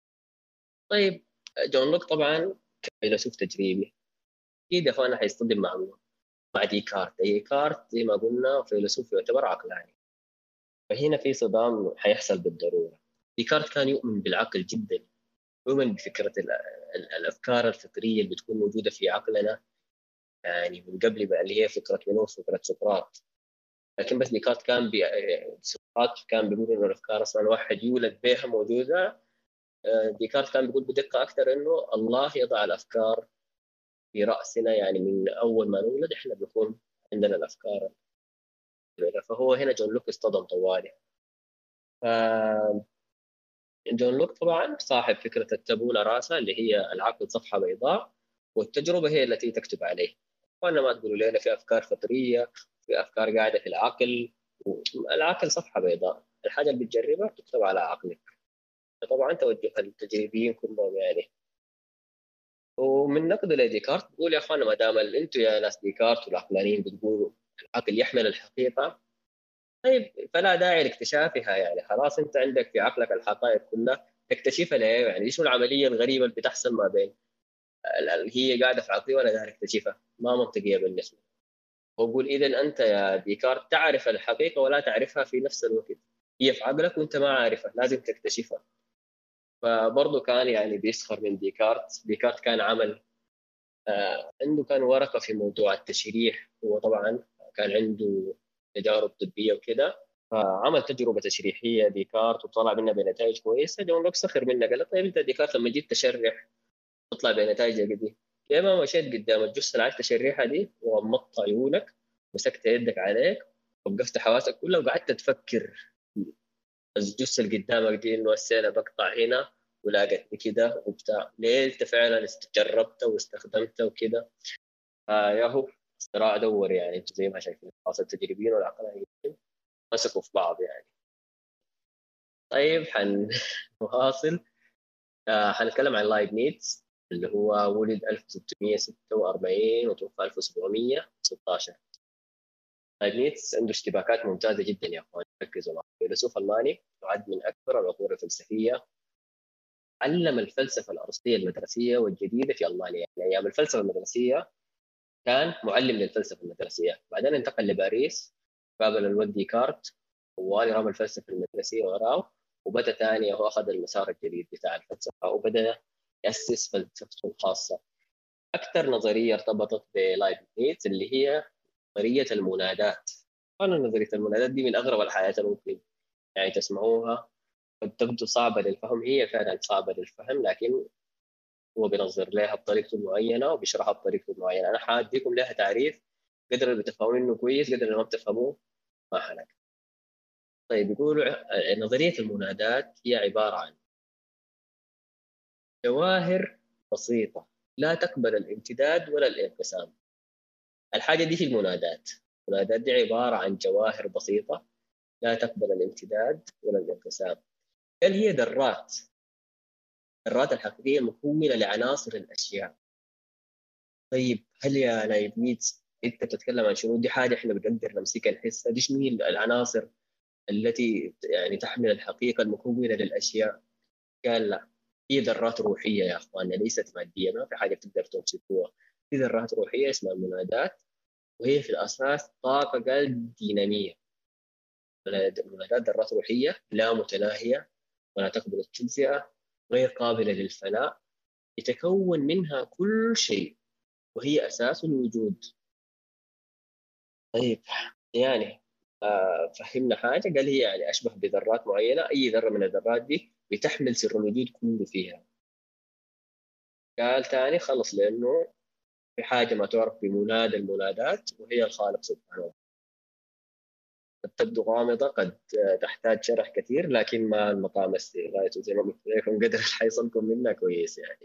طيب جون لوك طبعا فيلسوف تجريبي، اكيد يا اخوانا حيصطدم مع منه؟ مع ديكارت. ديكارت زي ما قلنا فيلسوف يعتبر عقلاني، فهنا في صدام حيحصل بالضروره. ديكارت كان يؤمن بالعقل جدا، يؤمن بفكره الافكار الفطريه اللي بتكون موجوده في عقلنا، يعني من قبل بقى اللي هي فكره منو، فكره سقراط. لكن بس ديكارت كان سقراط كان بيقول انه الافكار اصلا الواحد يولد بها موجوده. ديكارت كان بيقول بدقه اكثر انه الله يضع الافكار في راسنا، يعني من اول ما نولد احنا بنكون عندنا الافكار. فهو هنا جون لوك اصطدم طوالي. ف جون لوك طبعا صاحب فكرة التبولة راسا، اللي هي العقل صفحة بيضاء والتجربة هي التي تكتب عليه. وأنا ما تقولوا لنا في أفكار فطرية، في أفكار قاعدة في العقل. العقل صفحة بيضاء، الحاجة اللي بتجربها تكتب على عقلك. فطبعا توجه التجريبيين كلهم يعني. ومن نقد لديكارت بقول يا اخوانا، ما دام انتم يا ناس ديكارت والعقلانيين بتقولوا العقل يحمل الحقيقه، طيب فلا داعي لاكتشافها. يعني خلاص انت عندك في عقلك الحقائق كلها، تكتشفها ليه؟ يعني شو العمليه الغريبه اللي بتحصل ما بين هي قاعده في عقلي وانا داير اكتشفها؟ ما منطقيه بالنسبه لي. واقول اذا انت يا ديكارت تعرف الحقيقه ولا تعرفها في نفس الوقت. هي في عقلك وانت ما عارفها، لازم تكتشفها. فبرضه كان يعني بيسخر من ديكارت. ديكارت كان عمل عنده كان ورقة في موضوع التشريح. هو طبعا كان عنده تجارب طبية وكده، فعمل تجربة تشريحية ديكارت وطلع منها بنتائج كويسة. جون لوك سخر منه، قال له طيب انت ديكارت لما جيت تشرح تطلع بنتائج زي دي، ليه ما مشيت قدام الجثة اللي عايز تشرحها دي وغمضت عيونك، مسكت يدك عليك، وقفت حواسك كلها وقعدت تفكر الجثة اللي قدامك دي، انه السنة بقطع هنا ولاقتني كده وبتاع، ليه انت فعلا جربته واستخدمته وكده. ياهو صراع دور يعني. انتم زي ما شايفين خلاص التجريبيين والعقلانيين مسكوا في بعض يعني. طيب نواصل. حنتكلم عن لايبنيتس، اللي هو ولد 1646 وتوفى 1716. لايبنيتس عنده اشتباكات ممتازه جدا يا اخوان، ركزوا معي. فيلسوف الماني يعد من اكبر العقول الفلسفيه. علم الفلسفه الارسطيه المدرسيه والجديده في المانيا. يعني ايام الفلسفه المدرسيه كان معلم للفلسفه المدرسيه، بعدين انتقل لباريس، قابل الود ديكارت، ووالي رمى الفلسفه المدرسيه وراه، وبدا ثاني هو اخذ المسار الجديد بتاع الفلسفه وبدا ياسس فلسفته الخاصه. اكثر نظريه ارتبطت بلايبنيتس اللي هي نظريه المنادات. قالوا نظريه المنادات دي من اغرب الحياه اللي ممكن يعني تسمعوها. قد تبدو صعبه للفهم، هي فعلا صعبه للفهم، لكن هو بينظر لها بطريقته المعينه وبيشرحها بطريقته المعينه. انا حاديكم لها تعريف، قدر اللي بتفهموا منه كويس، قدر اللي ما بتفهموه ما حنك. طيب يقولوا نظريه المنادات هي عباره عن جواهر بسيطه لا تقبل الامتداد ولا الانقسام. الحاجه دي في المنادات. المنادات دي عباره عن جواهر بسيطه لا تقبل الامتداد ولا الانقسام. بل هي ذرات، الذرات الحقيقيه المكونه لعناصر الاشياء. طيب هل يا لايبنيتس انت بتتكلم عن شنو؟ دي حاجه احنا بنقدر نمسكها نحسها؟ دي شنو هي العناصر التي يعني تحمل الحقيقه المكونه للاشياء؟ قال لا، هي ذرات روحيه يا اخواننا، ليست ماديه، ما في حاجه تقدر تمسكوها. في ذرات روحيه اسمها المنادات، وهي في الاساس طاقه قال ديناميه. المنادات ذرات روحيه لا متناهيه ولا تقبل التجزئه، غير قابله للفناء، يتكون منها كل شيء، وهي اساس الوجود. طيب يعني فهمنا حاجه، قال هي يعني اشبه بذرات معينه، اي ذره من الذرات دي بتحمل سر الوجود كله فيها. قال ثاني خلص، لانه في حاجه ما تعرف بمنادى المنادات وهي الخالق سبحانه وتعالى. قد تبدو غامضه، قد تحتاج شرح كثير، لكن ما المقام غايته زي ما قلت لكم قدر اللي حيصلكم منها كويس يعني.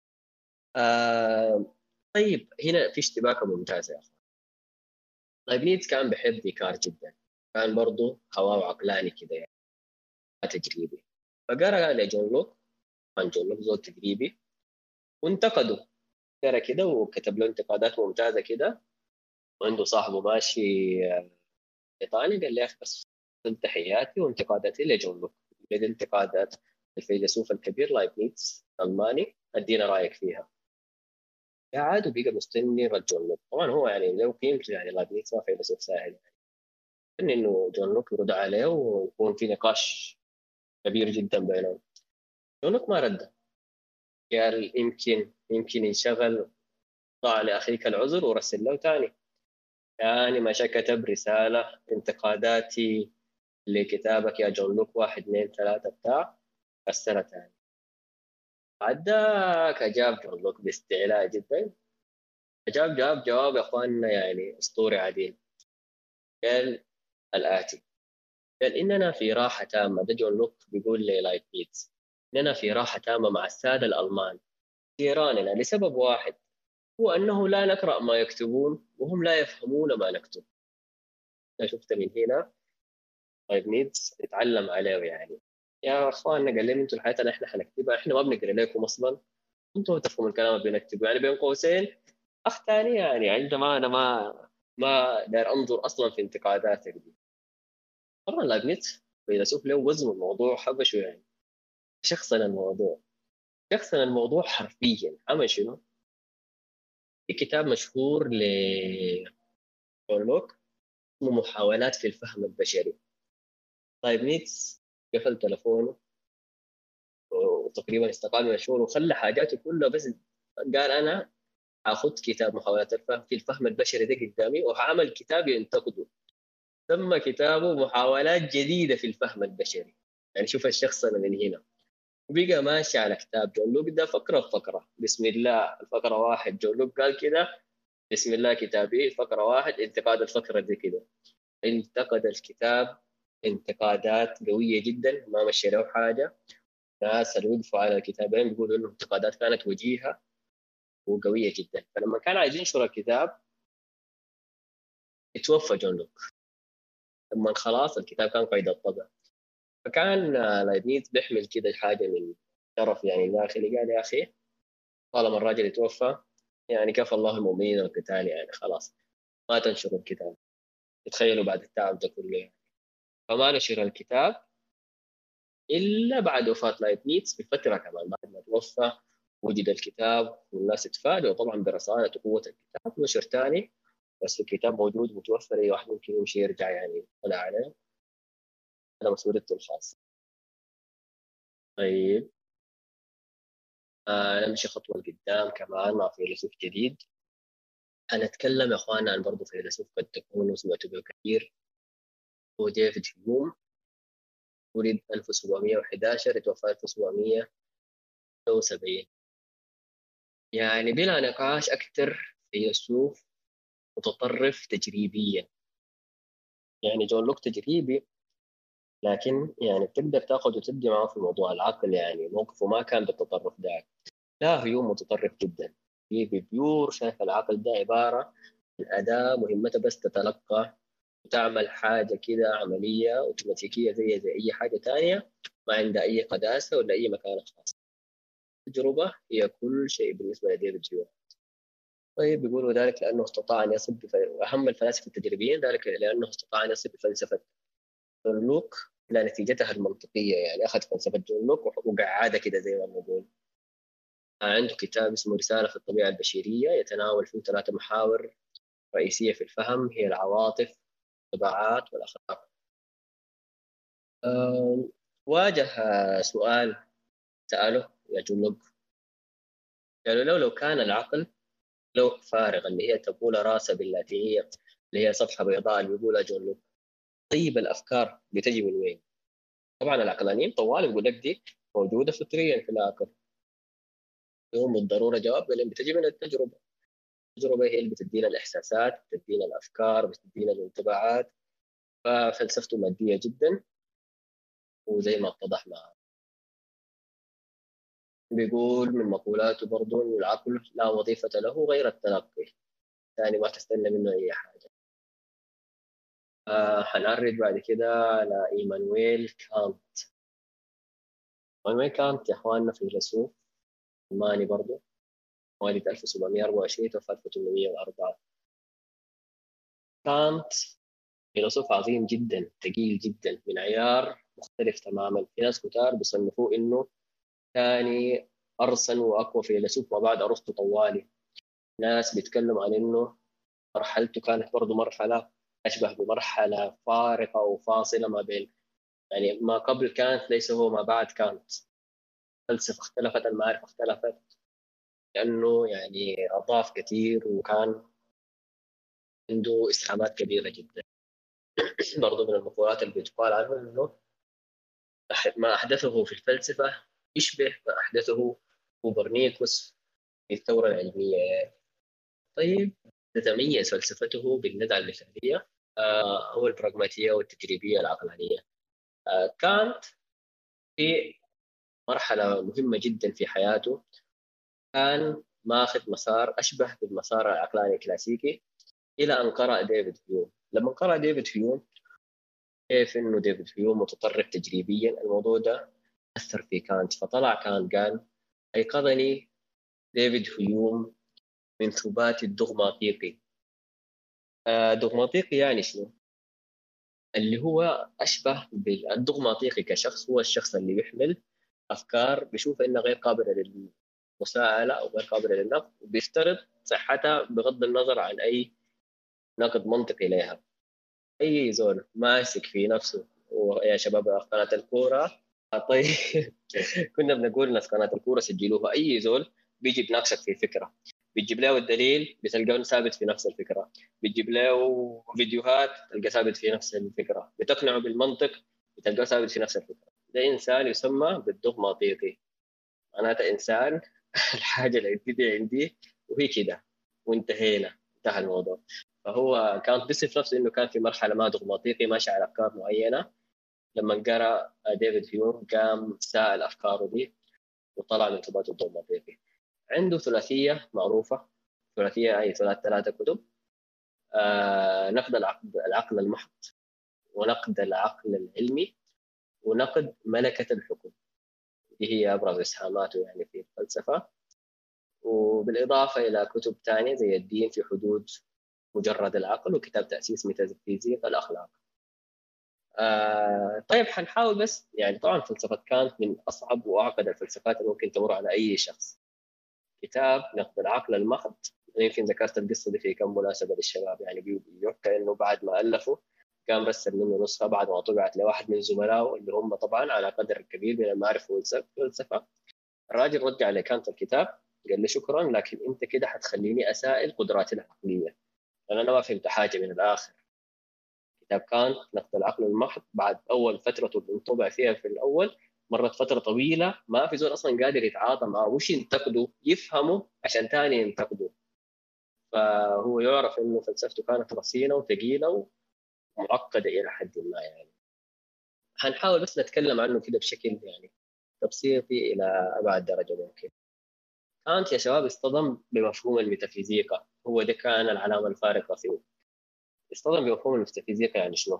آه طيب هنا في اشتباكه ممتازه يا اخوان. طيب نيتس كان بيحب ديكارت جدا، كان برضه هواه عقلاني كده يعني، تجريبي. فقرا لجون لوك، عن جون لوك زول تجريبي، وانتقده. قرا كده وكتب له انتقادات ممتازه كده. وعنده صاحبه ماشي ايطالي، قال لي يا اخي بس تحياتي وانتقاداتي لجون لوك، هذه انتقادات الفيلسوف الكبير لايبنيتس الماني، ادينا رايك فيها. قعد وبقى مستني رد جون لوك. طبعا هو يعني لو قيمته يعني لايبنيتس ما فيلسوف سهل يعني، انه جون لوك يرد عليه ويكون في نقاش كبير جدا بينهم. جون لوك ما رد، قال يمكن ينشغل، ضاع لأخيك العذر، ورسل له تاني. يعني مشى كتب رسالة انتقاداتي لكتابك يا جون لوك، واحد اثنين ثلاثة بتاع، رسلها تاني. بعدك أجاب جون لوك باستعلاء جدا. جاب جواب يا أخواننا يعني أسطوري عديل. قال الآتي، قال إننا في راحة تامة. ده جون لوك بيقول لي لايت بيتس، إننا في راحة تامة مع السادة الألمان جيراننا لسبب واحد، هو أنه لا نقرأ ما يكتبون وهم لا يفهمون ما نكتب. أنا شفت من هنا طيب نيدز نتعلم عليه يعني. يا اخواننا قال لهم انتوا الحياه اللي احنا حنكتبها احنا ما بنقرا لكم اصلا، انتوا تفهموا الكلام اللي بنكتبه يعني بين قوسين. اخ ثاني يعني عندما انا ما داير انظر اصلا في انتقاداتك دي. طبعا لايبنيتس فيلسوف له وزن الموضوع حبشه يعني، شخصنا الموضوع، شخصنا الموضوع حرفيا عمل شنو؟ في كتاب مشهور جون لوك اسمه محاولات في الفهم البشري. طيب نيتس قفل تلفونه وتقريبا استقال من الشغل وخلى حاجاته كلها بس قال انا اخذ كتاب محاولات الفهم في الفهم البشري ده قدامي وهعمل كتاب ينتقده. سمى كتابه محاولات جديده في الفهم البشري. يعني شوف الشخص أنا من هنا وبقى ماشي على كتاب جون لوك ده فقره بفقره. بسم الله الفقره واحد جون لوك قال كده، بسم الله كتابي فقره واحد انتقاد الفقره دي كده. انتقد الكتاب انتقادات قويه جدا ما مشي له حاجه. ناس اللي وقفوا على الكتابين بيقولوا انه انتقادات كانت وجيهه وقويه جدا. فلما كان عايز ينشر الكتاب اتوفى جون لوك. لما خلاص الكتاب كان قيد الطبع فكان لايبنيز بيحمل كده حاجه من شرف يعني داخلي. قال يا اخي طالما الراجل اتوفى يعني كفى الله المؤمنين القتال يعني خلاص ما تنشروا الكتاب. تخيلوا بعد التعب ده كله يعني. فما نشر الكتاب الا بعد وفاه لايبنيز بفتره كمان بعد ما توفى وجد الكتاب والناس اتفادوا طبعا برصانه وقوه الكتاب نشر ثاني. بس الكتاب موجود متوفر اي واحد ممكن يمشي يرجع يعني يطلع عليه. هذا مسؤوليته الخاصه. طيب نمشي خطوه لقدام كمان مع فيلسوف جديد. هنتكلم يا اخواننا عن برضه فيلسوف قد تكونوا سمعتوا به كثير. هو ديفيد هيوم. ولد 1711 توفى 1770. يعني بلا نقاش اكثر فيلسوف متطرف تجريبيا. يعني جون لوك تجريبي لكن يعني بتقدر تاخذ وتدي معه في موضوع العقل يعني موقفه ما كان بالتطرف ده. لا هيوم متطرف جدا. في بيور شايف العقل ده عبارة الأداة مهمتها بس تتلقى وتعمل حاجة كده عملية اوتوماتيكية زي أي حاجة تانية. ما عندها أي قداسة ولا أي مكانة خاصة. التجربة هي كل شيء بالنسبة لديفيد هيوم. طيب بيقولوا ذلك لأنه استطاع أن يصل أهم الفلاسفة التجريبيين ذلك لأنه استطاع أن يصل بفلسفة جون لوك إلى نتيجتها المنطقية. يعني أخذ فلسفة جون لوك وقعدها كده زي ما نقول. عنده كتاب اسمه رسالة في الطبيعة البشرية يتناول فيه 3 محاور رئيسية في الفهم هي العواطف الطباعات والأخلاق. أه واجه سؤال سأله يا جون لوك. قالوا لو كان العقل لو فارغ اللي هي تقول راسه باللاتينية اللي هي صفحة بيضاء اللي بيقولها جون لوك. طيب الأفكار بتجي من وين؟ طبعا العقلانيين طوال بيقول لك دي موجودة فطريا في العقل. يوم بالضرورة جواب لأن بتجي من التجربة. التجربة هي اللي بتدينا الإحساسات بتدينا الأفكار بتدينا الانطباعات. ففلسفته مادية جدا وزي ما اتضح معه. بيقول من مقولاته برضو إن العقل لا وظيفة له غير التلقي. يعني ما تستنى منه أي حاجة. حنعرج بعد كده على إيمانويل كانت. إيمانويل كانت يا إخواننا فيلسوف ألماني برضو. مواليد 1724 توفى 1804. كانت فيلسوف عظيم جدا ثقيل جدا من عيار مختلف تماما. في ناس كتار بيصنفوه انه ثاني ارسن واقوى فيلسوف ما بعد ارسطو طوالي. ناس بيتكلموا عن انه مرحلته كانت برضه مرحله اشبه بمرحله فارقه وفاصله ما بين يعني ما قبل كانت ليس هو ما بعد كانت. الفلسفه اختلفت المعارف اختلفت لانه يعني اضاف كثير وكان عنده اسهامات كبيره جدا. برضه من المقولات اللي بتقال عنه انه ما أحدثه في الفلسفة يشبه ما أحدثه كوبرنيكوس في الثورة العلمية. طيب تتميز فلسفته بالندعة المثالية هو البراغماتية والتجريبية العقلانية. كانت في مرحلة مهمة جدا في حياته، كان ماخذ مسار أشبه بالمسار العقلاني الكلاسيكي، إلى أن قرأ ديفيد هيوم. لما قرأ ديفيد هيوم، كيف إنه ديفيد هيوم متطرف تجريبيا، الموضوع ده أثر في كانت، فطلع كانت قال: أيقظني ديفيد هيوم من ثبات الدغماطيقي. دغماطيقي يعني شنو؟ اللي هو أشبه بالدغماطيقي كشخص، هو الشخص اللي يحمل أفكار بيشوف إنها غير قابلة للمساءلة أو غير قابلة للنقد، وبيفترض صحتها بغض النظر عن أي نقد منطقي لها. أي زول ماسك في نفسه، ويا شباب قناة الكورة، طيب كنا بنقول ناس قناة الكورة سجلوها، أي زول بيجي بناقشك في فكرة، بتجيب له الدليل بتلقاه ثابت في نفس الفكرة، بتجيب له فيديوهات تلقاه ثابت في نفس الفكرة، بتقنعه بالمنطق بتلقاه ثابت في نفس الفكرة. ده إنسان يسمى بالدغماطيقي، معناته إنسان الحاجة اللي بتبدي عندي وهي كده، وانتهينا، انتهى الموضوع. فهو كان بيصف نفسه انه كان في مرحله ما دغماطيقي ماشي على افكار معينه. لما قرا ديفيد هيوم قام سائل افكاره دي وطلع من ثبات الدغماطيقي. عنده ثلاثيه معروفه، ثلاثيه اي ثلاث كتب: نقد العقل المحض، ونقد العقل العلمي، ونقد ملكه الحكم. دي هي ابرز اسهاماته يعني في الفلسفه، وبالاضافه الى كتب ثانيه زي الدين في حدود مجرد العقل، وكتاب تاسيس ميتافيزيقا الاخلاق. طيب حنحاول، بس يعني طبعا فلسفة كانت من أصعب وأعقد الفلسفات اللي ممكن تمر على أي شخص. كتاب نقد العقل المحض، يمكن ذكرت القصة دي في كم مناسبة للشباب، يعني بيحكى إنه بعد ما ألفه كان رسل منه نسخة بعد ما طبعت لواحد من زملائه اللي هم طبعا على قدر كبير من المعرفة والفلسفة. الراجل رجع لكانت الكتاب، قال لي: شكرا، لكن أنت كده حتخليني أسائل قدراتي العقلية، لأن أنا ما فهمت حاجة من الآخر. كتاب كانت نقد العقل المحض بعد اول فترته اللي انطبع فيها في الاول، مرت فتره طويله ما في زول اصلا قادر يتعاطى معه، مش ينتقده، يفهمه عشان ثاني ينتقده. فهو يعرف انه فلسفته كانت رصينه وثقيله ومعقده الى حد ما يعني. هنحاول بس نتكلم عنه كده بشكل يعني تبسيطي الى ابعد درجه ممكن. كانت يا شباب اصطدم بمفهوم الميتافيزيقا، هو ده كان العلامه الفارقه فيه. اصطدم بمفهوم الميتافيزيقا يعني شنو؟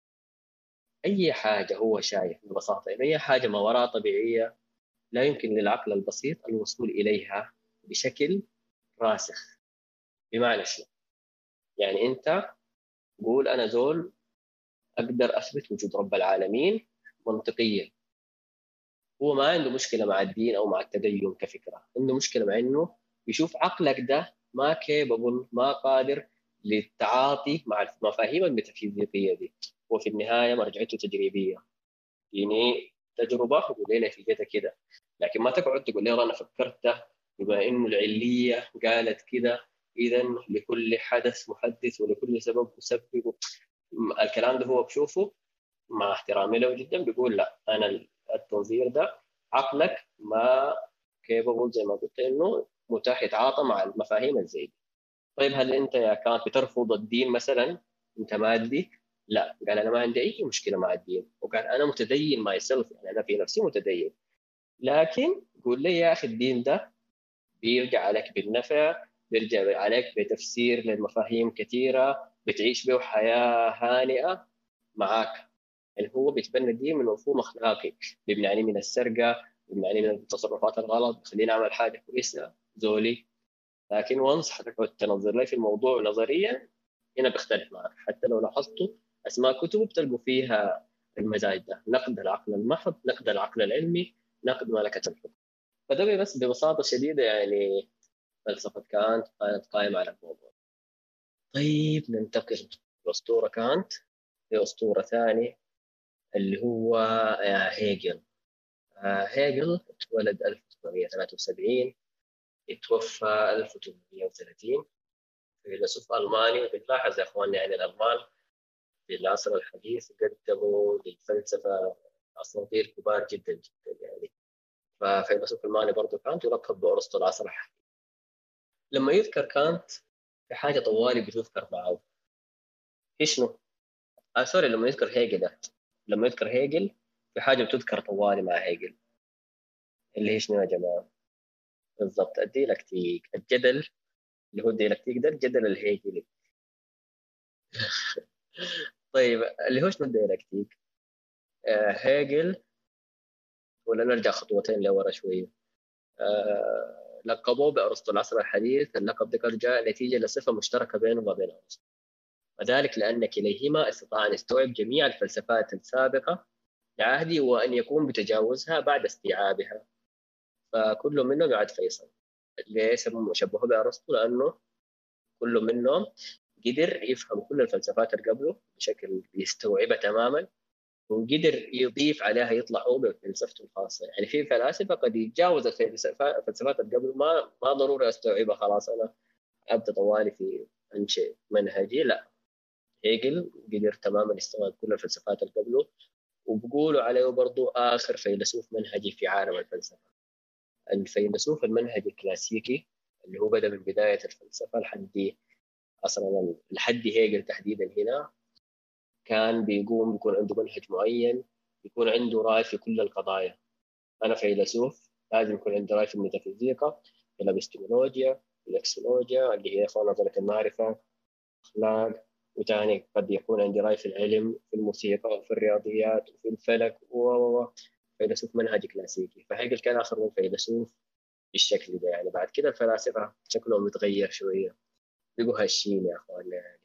أي حاجة هو شايف ببساطة إن أي حاجة ما وراء طبيعية لا يمكن للعقل البسيط الوصول إليها بشكل راسخ. بمعنى شنو؟ يعني أنت قول أنا زول أقدر أثبت وجود رب العالمين منطقيا. هو ما عنده مشكلة مع الدين أو مع التدين كفكرة، عنده مشكلة مع إنه يشوف عقلك ده ما كيبل، ما قادر للتعاطي مع المفاهيم الميتافيزيقية دي. وفي النهاية مرجعيته تجريبية، يعني تجربه وقول لي نتيجتها كده، لكن ما تقعد تقول لي انا فكرت بما انه العليه قالت كده، اذا لكل حدث محدث ولكل سبب مسبب. الكلام ده هو بشوفه مع احترامي له جدا بيقول لا، انا التنظير ده عقلك ما كيبل زي ما قلت انه متاح يتعاطى مع المفاهيم الزي دي. طيب هل انت يا كانت بترفض الدين مثلا؟ انت مادي؟ لا، قال انا ما عندي اي مشكله مع الدين، وقال انا متدين ماي سيلف، يعني انا في نفسي متدين، لكن قول لي يا اخي الدين ده بيرجع عليك بالنفع، بيرجع عليك بتفسير للمفاهيم كثيره، بتعيش به حياه هانئه معاك. يعني هو بيتبنى الدين من مفهوم اخلاقي، بيمنعني من السرقه، بيمنعني من التصرفات الغلط، بيخليني اعمل حاجه كويسه زولي. لكن وانس حتقعد تنظر لي في الموضوع نظريا، هنا بيختلف معك. حتى لو لاحظتوا اسماء كتب بتلقوا فيها المزاج ده: نقد العقل المحض، نقد العقل العلمي، نقد ملكة الحكم. فده بس ببساطة شديدة يعني فلسفة كانت كانت قائمة على الموضوع. طيب ننتقل لأسطورة كانت لأسطورة ثاني اللي هو هيجل. هيجل اتولد 1873، اتوفى 1830. فيلسوف ألماني، وبنلاحظ يا إخواننا يعني الألمان في العصر الحديث قدموا للفلسفة أساطير كبار جدا جدا يعني. ففيلسوف ألماني برضه كانت يلقب بأرسطو العصر الحديث. لما يذكر كانت في حاجة طوالي بتذكر معه، في شنو؟ سوري، لما يذكر هيجل ده. لما يذكر هيجل في حاجة بتذكر طوالي مع هيجل. اللي هي شنو يا جماعة؟ بالضبط الديالكتيك، الجدل اللي هو الديالكتيك ده الجدل الهيجلي. طيب اللي هو شنو الديالكتيك؟ هيجل، ولا نرجع خطوتين لورا شوية. لقبوه بأرسطو العصر الحديث. اللقب ده كان جاء نتيجة لصفة مشتركة بينه وبين أرسطو، وذلك لأن كليهما استطاع أن يستوعب جميع الفلسفات السابقة لعهده وأن يقوم بتجاوزها بعد استيعابها. فكل منهم يعد فيصل. ليه شبهوه بأرسطو؟ لأنه كل منهم قدر يفهم كل الفلسفات اللي قبله بشكل يستوعبها تماما، وقدر يضيف عليها، يطلع هو بفلسفته الخاصه. يعني في فلاسفه قد يتجاوز الفلسفات اللي قبل، ما ضروري استوعبها خلاص انا ابدا طوالي في انشئ منهجي، لا. هيجل قدر تماما يستوعب كل الفلسفات اللي قبله، وبقولوا عليه برضو اخر فيلسوف منهجي في عالم الفلسفه. الفيلسوف المنهجي الكلاسيكي اللي هو بدا من بدايه الفلسفه لحد اصلا لحد هيجل تحديدا هنا، كان بيكون عنده منهج معين، يكون عنده رأي في كل القضايا. أنا فيلسوف لازم يكون عندي رأي في الميتافيزيقا، في الأبستمولوجيا، في الأكسولوجيا اللي هي نظرية المعرفة، أخلاق. وتاني قد يكون عندي رأي في العلم، في الموسيقى وفي الرياضيات وفي الفلك فيلسوف منهجي كلاسيكي. فهيجل كان آخر من فيلسوف بالشكل ده. يعني بعد كده الفلاسفة شكلهم متغير شوية، بيقوا هشين يا أخوان يعني.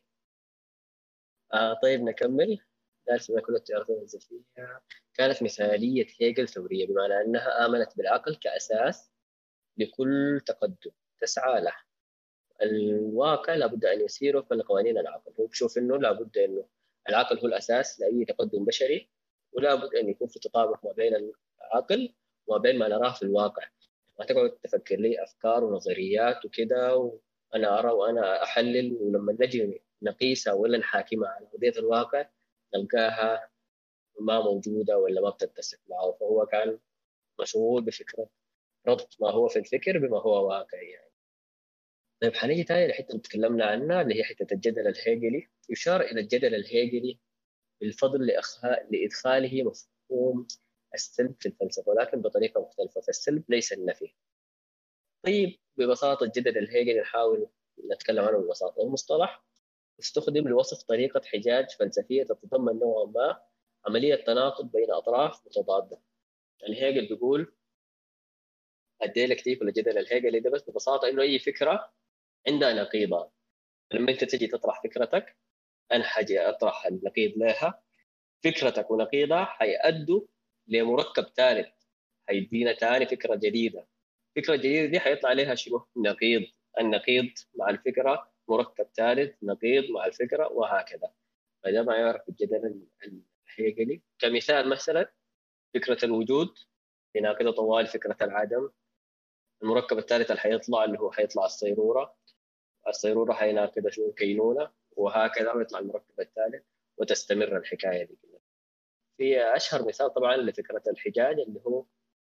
طيب نكمل. ذلك ما كل التيارات الفلسفية كانت مثالية هيجل ثورية، بمعنى أنها آمنت بالعقل كأساس لكل تقدم تسعى له. الواقع لابد أن يسير وفق قوانين العقل. هو بشوف أنه لابد أنه العقل هو الأساس لأي تقدم بشري، ولابد أن يكون في تطابق ما بين العقل وما بين ما نراه في الواقع. ما تقعد تفكر لي أفكار ونظريات وكده وأنا أرى وأنا أحلل، ولما نجي نقيسها ولا نحاكمها على أرضية الواقع نلقاها ما موجودة ولا ما بتتسق معه. فهو كان مشغول بفكرة ربط ما هو في الفكر بما هو واقعي يعني. طيب حنيجي تاني لحتة اللي تكلمنا عنها اللي هي حتة الجدل الهيجلي. يشار إلى الجدل الهيجلي بالفضل لإدخاله مفهوم السلب في الفلسفة، ولكن بطريقة مختلفة. فالسلب ليس النفي. طيب ببساطة الجدل الهيجلي نحاول نتكلم عنه ببساطة. المصطلح استخدم لوصف طريقة حجاج فلسفية تتضمن نوعا ما عملية تناقض بين أطراف متضادة. يعني هيجل بيقول الديالكتيك ولا الجدل الهيجلي ده بس ببساطة إنه أي فكرة عندها نقيضة. لما أنت تجي تطرح فكرتك، أنا حاجي أطرح النقيض لها، فكرتك ونقيضها حيأدوا لمركب ثالث، حيدينا ثاني فكرة جديدة. الفكرة الجديدة دي حيطلع عليها شنو؟ نقيض. النقيض مع الفكرة مركب ثالث، نقيض مع الفكرة، وهكذا. فده ما يعرف الجدل الهيجلي. كمثال مثلا فكرة الوجود يناقض طوال فكرة العدم. المركب الثالث اللي حيطلع اللي هو حيطلع الصيرورة. الصيرورة حيناقض شنو؟ كينونة، وهكذا ويطلع المركب الثالث، وتستمر الحكاية دي كلها. في أشهر مثال طبعا لفكرة الحجاج اللي هو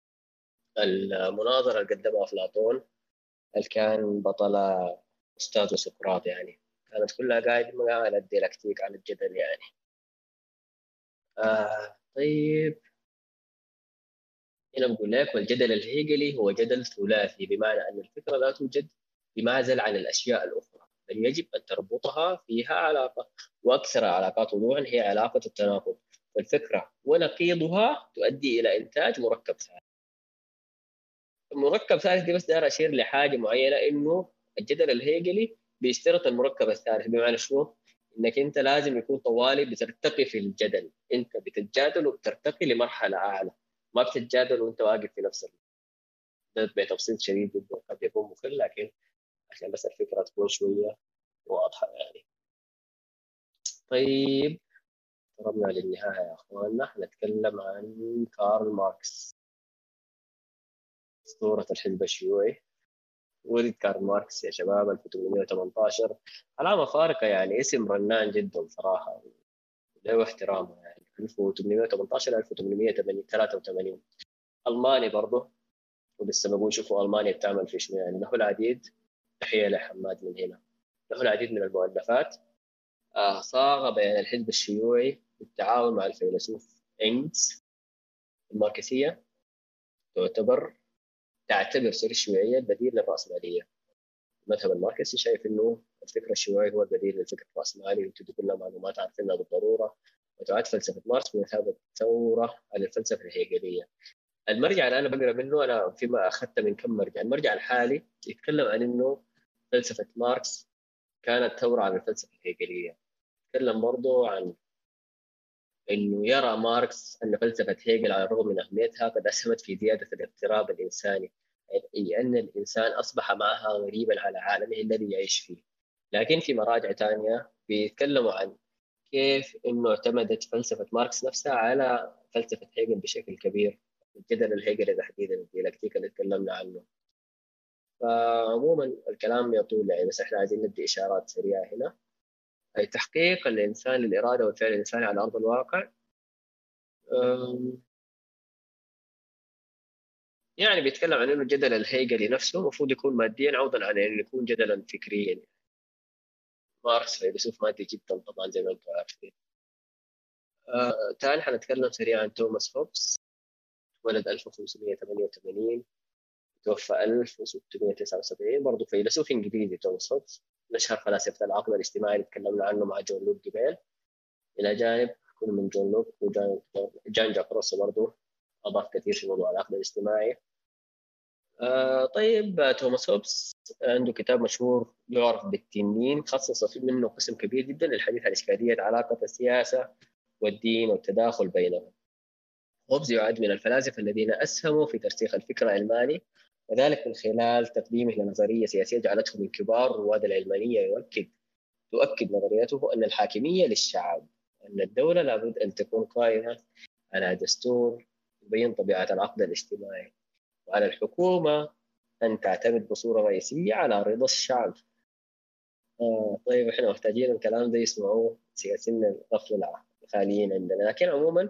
المناظرة اللي قدمها أفلاطون، اللي كان بطلة أستاذ سقراط يعني. كانت كلها قايمة على الديالكتيك، على الجدل يعني. طيب هنا بقول لك والجدل الهيجلي هو جدل ثلاثي، بمعنى أن الفكرة لا توجد بمعزل عن الأشياء الأخرى، بل يجب أن تربطها فيها علاقة. وأكثر العلاقات وضوحا هي علاقة التناقض. فالفكرة ونقيضها تؤدي إلى إنتاج مركب ثالث. المركب الثالث دي بس داير أشير لحاجة معينة، إنه الجدل الهيجلي بيشترط المركب الثالث. بمعنى شنو؟ إنك أنت لازم يكون طوالي بترتقي في الجدل، أنت بتتجادل وبترتقي لمرحلة أعلى، ما بتتجادل وأنت واقف في نفس ده بتبسيط شديد جدا. قد يكون مخل، لكن عشان بس الفكرة تكون شوية واضحة يعني. طيب قربنا للنهاية يا أخواننا. نتكلم عن كارل ماركس، أسطورة الحزب الشيوعي. ولد كارل ماركس يا شباب 1818. علامة فارقة يعني، اسم رنان جدا صراحة، له احترامه يعني. 1818 1883. ألماني برضه، ولسه بقول شوفوا ألمانيا بتعمل في شنو يعني. له العديد، تحية لحماد من هنا، له العديد من المؤلفات. صاغ بيان الحزب الشيوعي بالتعاون مع الفيلسوف إنجز. الماركسية تعتبر تعتبر الشيوعية البديل للرأسمالية. المذهب الماركسي شايف إنه الفكر الشيوعي هو البديل للفكر الرأسمالي، وتدي كلها معلومات عارفينها بالضرورة. وتعد فلسفة ماركس بمثابة ثورة على الفلسفة الهيجلية. المرجع اللي أنا بقرأ منه، أنا فيما أخذت من كم مرجع، المرجع الحالي يتكلم عن إنه فلسفة ماركس كانت ثورة على الفلسفة الهيجلية. يتكلم برضه عن انه يرى ماركس ان فلسفه هيجل على الرغم من اهميتها قد اسهمت في زياده الاضطراب الانساني، اي ان الانسان اصبح معها غريبا على عالمه الذي يعيش فيه. لكن في مراجع ثانيه بيتكلموا عن كيف انه اعتمدت فلسفه ماركس نفسها على فلسفه هيجل بشكل كبير، الجدل الهيجلي تحديدا الديالكتيك اللي تكلمنا عنه. فعموما الكلام يطول يعني، بس احنا عايزين ندي اشارات سريعه هنا. أي تحقيق الإنسان للإرادة والفعل الإنساني على أرض الواقع. يعني بيتكلم عن انه الجدل الهيجلي نفسه المفروض يكون ماديا عوضا عن انه يكون جدلا فكريا. ماركس فيلسوف مادي جدا طبعا زي ما انتم عارفين. تعال حنتكلم سريعا عن توماس هوبس. ولد 1588، توفى 1679، برضه فيلسوف انجليزي توماس هوبس، من اشهر فلاسفه العقل الاجتماعي اللي تكلمنا عنه مع جون لوك جبال. الى جانب كل من جون لوك وجان جاك روسو برضه اضاف كثير في موضوع العقل الاجتماعي. طيب، توماس هوبس عنده كتاب مشهور يعرف بالتنين، خصص فيه منه قسم كبير جدا للحديث عن إشكالية علاقة السياسة والدين والتداخل بينهم. هوبز يعد من الفلاسفة الذين أسهموا في ترسيخ الفكر العلماني، وذلك من خلال تقديمه لنظرية سياسية جعلته من كبار رواد العلمانية. تؤكد نظريته أن الحاكمية للشعب، أن الدولة لابد أن تكون قائمة على دستور يبين طبيعة العقد الاجتماعي، وعلى الحكومة أن تعتمد بصورة رئيسية على رضا الشعب. طيب احنا محتاجين الكلام ده يسمعوه سياسيين الغفلة الخاليين عندنا. لكن عموما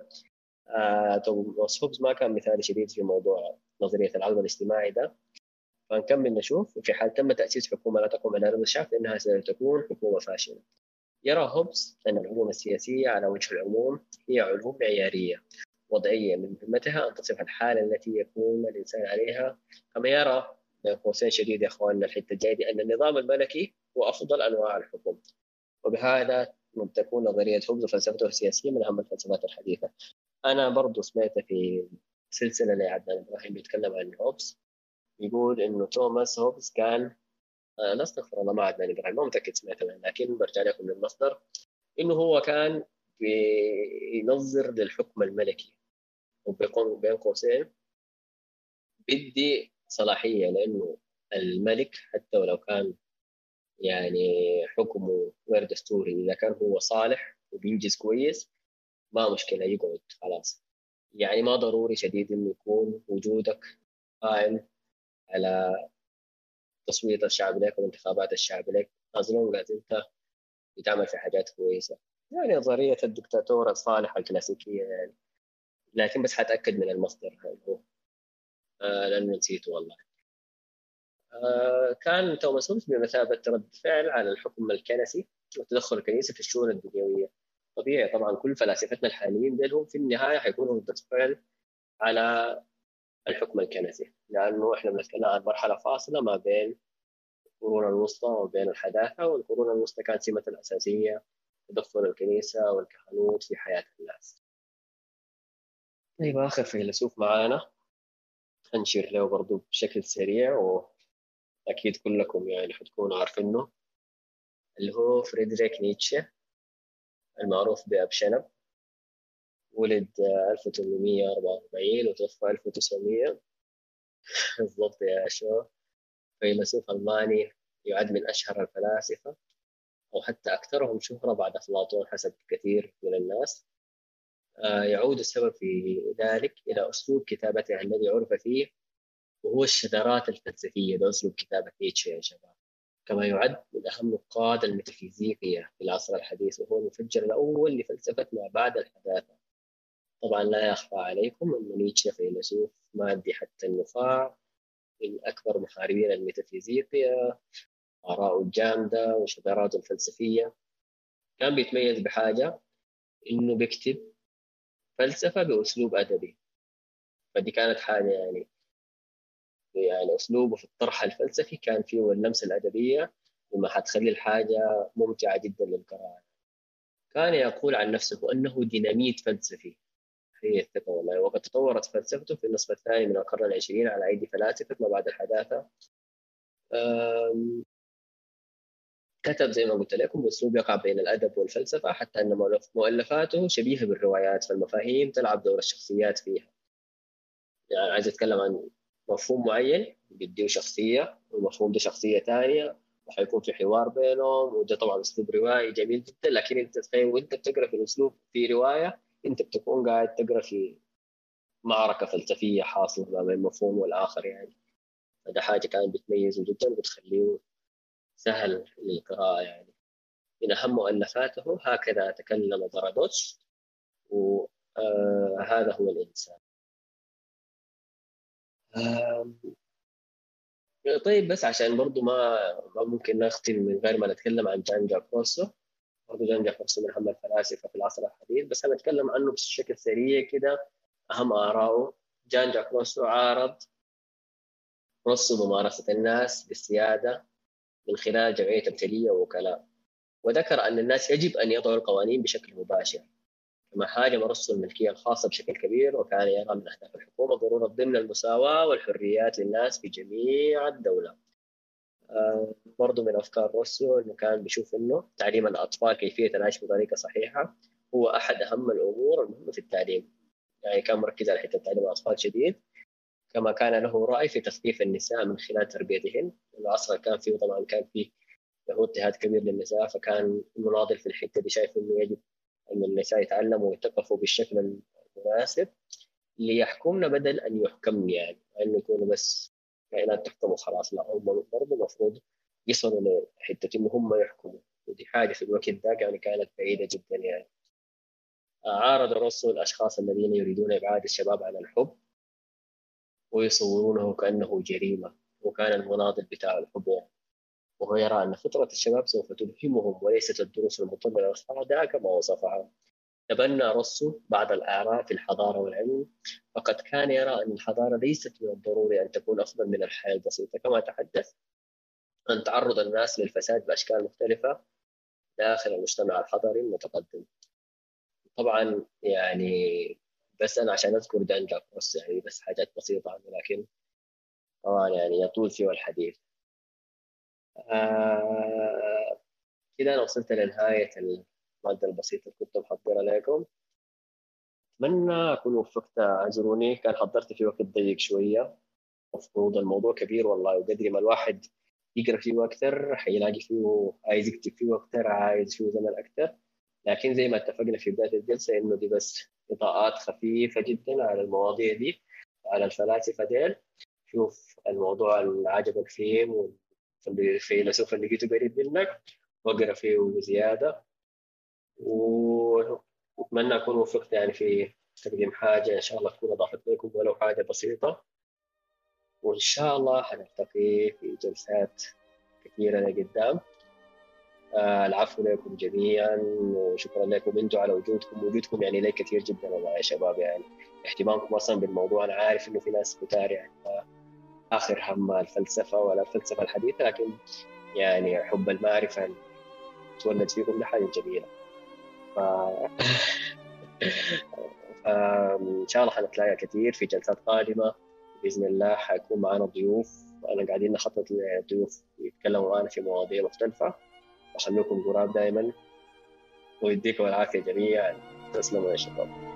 توماس هوبز ما كان مثالي شديد في موضوع نظرية العقد الاجتماعي ده. فنكمل نشوف. في حال تم تأسيس حكومة لا تقوم على رضا الشعب فإنها ستكون حكومة فاشلة. يرى هوبز أن العلوم السياسية على وجه العموم هي علوم معيارية وضعية، من مهمتها أن تصف الحالة التي يكون الإنسان عليها. كما يرى بين قوسين شديد يا أخواننا الحتة الجاية دي أن النظام الملكي هو أفضل أنواع الحكم. وبهذا تكون نظرية هوبز وفلسفته السياسية من أهم الفلسفات الحديثة. أنا برضو سمعت في سلسلة لعدنان إبراهيم بيتكلم عن هوبز، يقول إنه توماس هوبز كان لا استغفر الله، ما عدنان إبراهيم، ما متأكد سمعت منه لكن برجع لكم للمصدر. إنه هو كان بينظر للحكم الملكي، وبيقوم بين قوسين بدي صلاحية، لأنه الملك حتى ولو كان يعني حكمه غير دستوري، إذا كان هو صالح وبينجز كويس ما مشكلة يقعد خلاص. يعني ما ضروري شديد إنه يكون وجودك قائم على تصويت الشعب لك وانتخابات الشعب لك، as long as أنت بتعمل في حاجات كويسة. يعني نظرية الدكتاتورة الصالحة الكلاسيكية يعني. لكن بس حتأكد من المصدر هل هو لأنه نسيته والله. كان توماس هوبز بمثابة رد فعل على الحكم الكنسي وتدخل الكنيسة في الشؤون الدنيوية. طبيعي طبعا كل فلاسفتنا الحاليين ديلهم في النهاية حيكونوا رد فعل على الحكم الكنسي، لأنه إحنا بنتكلم عن مرحلة فاصلة ما بين القرون الوسطى وبين الحداثة. والقرون الوسطى كانت سمة الأساسية تدخل الكنيسة والكهنوت في حياة الناس. طيب، آخر فيلسوف معانا هنشير له برضو بشكل سريع وأكيد كلكم يعني حتكونوا عارفينه، اللي هو فريدريك نيتشه المعروف بأب شنب. ولد 1844 وتوفى 1900 بالضبط يا شو. فيلسوف ألماني يعد من أشهر الفلاسفة أو حتى أكثرهم شهرة بعد أفلاطون حسب كثير من الناس. يعود السبب في ذلك إلى أسلوب كتابته الذي عرف فيه، وهو الشذرات الفلسفية. ده أسلوب كتابة نيتشه يا شباب. كما يعد من أهم نقاد الميتافيزيقية في العصر الحديث، وهو المفجر الأول لفلسفة ما بعد الحداثة. طبعا لا يخفى عليكم أن نيتشه فيلسوف مادي حتى النخاع، من أكبر محاربين الميتافيزيقيا. آراءه الجامدة وشذراته الفلسفية. كان بيتميز بحاجة، إنه بيكتب فلسفة بأسلوب أدبي. فدي كانت حاجة يعني يعني أسلوبه في الطرح الفلسفي كان فيه اللمسة الأدبية، وما حتخلي الحاجة ممتعة جدا للقراءة. كان يقول عن نفسه أنه ديناميت فلسفي. هي الثقة والله. وقد تطورت فلسفته في النصف الثاني من القرن العشرين على أيدي فلاسفة ما بعد الحداثة. كتب زي ما قلت لكم بأسلوب يقع بين الأدب والفلسفة، حتى أن مؤلفاته شبيهة بالروايات، فالمفاهيم تلعب دور الشخصيات فيها. يعني عايز أتكلم عن مفهوم معين بيديه شخصية، والمفهوم ده شخصية ثانية، وحيكون في حوار بينهم، وده طبعا أسلوب روائي جميل جدا. لكن أنت تخيل وأنت بتقرأ في الأسلوب في رواية، أنت بتكون قاعد تقرأ في معركة فلسفية حاصلة ما بين مفهوم والآخر يعني. فده حاجة كانت بتميزه جدا وبتخليه سهل للقراءة يعني. من أهم مؤلفاته هكذا تكلم زرادوتش، وهذا هو الإنسان. آم، طيب بس عشان برضو ما ممكن نختم من غير ما نتكلم عن جان جاك روسو. برضو جان جاك روسو من أهم الفلاسفة في العصر الحديث، بس هنتكلم عنه بشكل سريع كده. أهم آراءه: جان جاك روسو عارض روسو ممارسة الناس بالسيادة من خلال جمعية تمثيلية ووكلاء، وذكر أن الناس يجب أن يضعوا القوانين بشكل مباشر. كما هاجم رسل الملكية الخاصة بشكل كبير، وكان يرى من أهداف الحكومة ضرورة ضمن المساواة والحريات للناس في جميع الدولة. برضو من أفكار روسو أنه كان بيشوف أنه تعليم الأطفال كيفية العيش بطريقة صحيحة هو أحد أهم الأمور المهمة في التعليم. يعني كان مركز على حتة تعليم الأطفال شديد. كما كان له رأي في تثقيف النساء من خلال تربيتهن. العصر كان فيه طبعا كان فيه له اضطهاد كبير للنساء، فكان مناضل في الحتة دي، شايف أنه يجب أن النساء يتعلموا ويثقفوا بالشكل المناسب ليحكمنا بدل أن يحكمن، يعني أن يكونوا بس كائنات تحكم وخلاص. لا، هم برضه المفروض يصلوا لحتة إن هم يحكموا، ودي حاجة في الوقت ذاك يعني كانت بعيدة جدا يعني. عارض الرسل الأشخاص الذين يريدون إبعاد الشباب عن الحب ويصورونه كأنه جريمة، وكان المناضل بتاع الحب يعني. وهو يرى أن فطرة الشباب سوف تلهمهم وليست الدروس المطلة للصعداء كما وصفها. تبنى روسو بعض الآراء في الحضارة والعلم، فقد كان يرى أن الحضارة ليست من الضروري أن تكون أفضل من الحياة البسيطة، كما تحدث عن تعرض الناس للفساد بأشكال مختلفة داخل المجتمع الحضري المتقدم. طبعا يعني بس أنا عشان أذكر جان جاك روسو يعني بس حاجات بسيطة عنه، لكن طبعا يعني يطول فيه الحديث. كده أنا وصلت لنهاية المادة البسيطة اللي كنت محضرها لكم. أتمنى أكون وفقت. أعذروني كان حضرت في وقت ضيق شوية، مفروض الموضوع كبير والله، وقدر ما الواحد يقرأ فيه أكثر حيلاقي فيه عايز يكتب فيه أكثر، عايز فيه زمن أكثر. لكن زي ما اتفقنا في بداية الجلسة إنه دي بس إضاءات خفيفة جدا على المواضيع دي، على الفلاسفة ديل. شوف الموضوع اللي عجبك فيه والفيلسوف اللي لقيته قريب منك واقرأ فيه زيادة. وأتمنى أكون وفقت يعني في تقديم حاجة إن شاء الله تكون أضافت لكم ولو حاجة بسيطة. وإن شاء الله حنلتقي في جلسات كثيرة لقدام. العفو لكم جميعا، وشكرا لكم انتم على وجودكم يعني لي كثير جدا والله يا شباب. يعني اهتمامكم اصلا بالموضوع، انا عارف انه في ناس كتار يعني اخر هم الفلسفه ولا الفلسفه الحديثه، لكن يعني حب المعرفه اللي تولد فيكم ده حاجه جميله. ف... فان شاء الله حنتلاقى كثير في جلسات قادمه باذن الله. حيكون معنا ضيوف، وانا قاعدين نخطط لضيوف يتكلموا معنا في مواضيع مختلفه. وخلوكم قراب دائما، ويديكم العافيه جميعا. تسلموا يا شباب.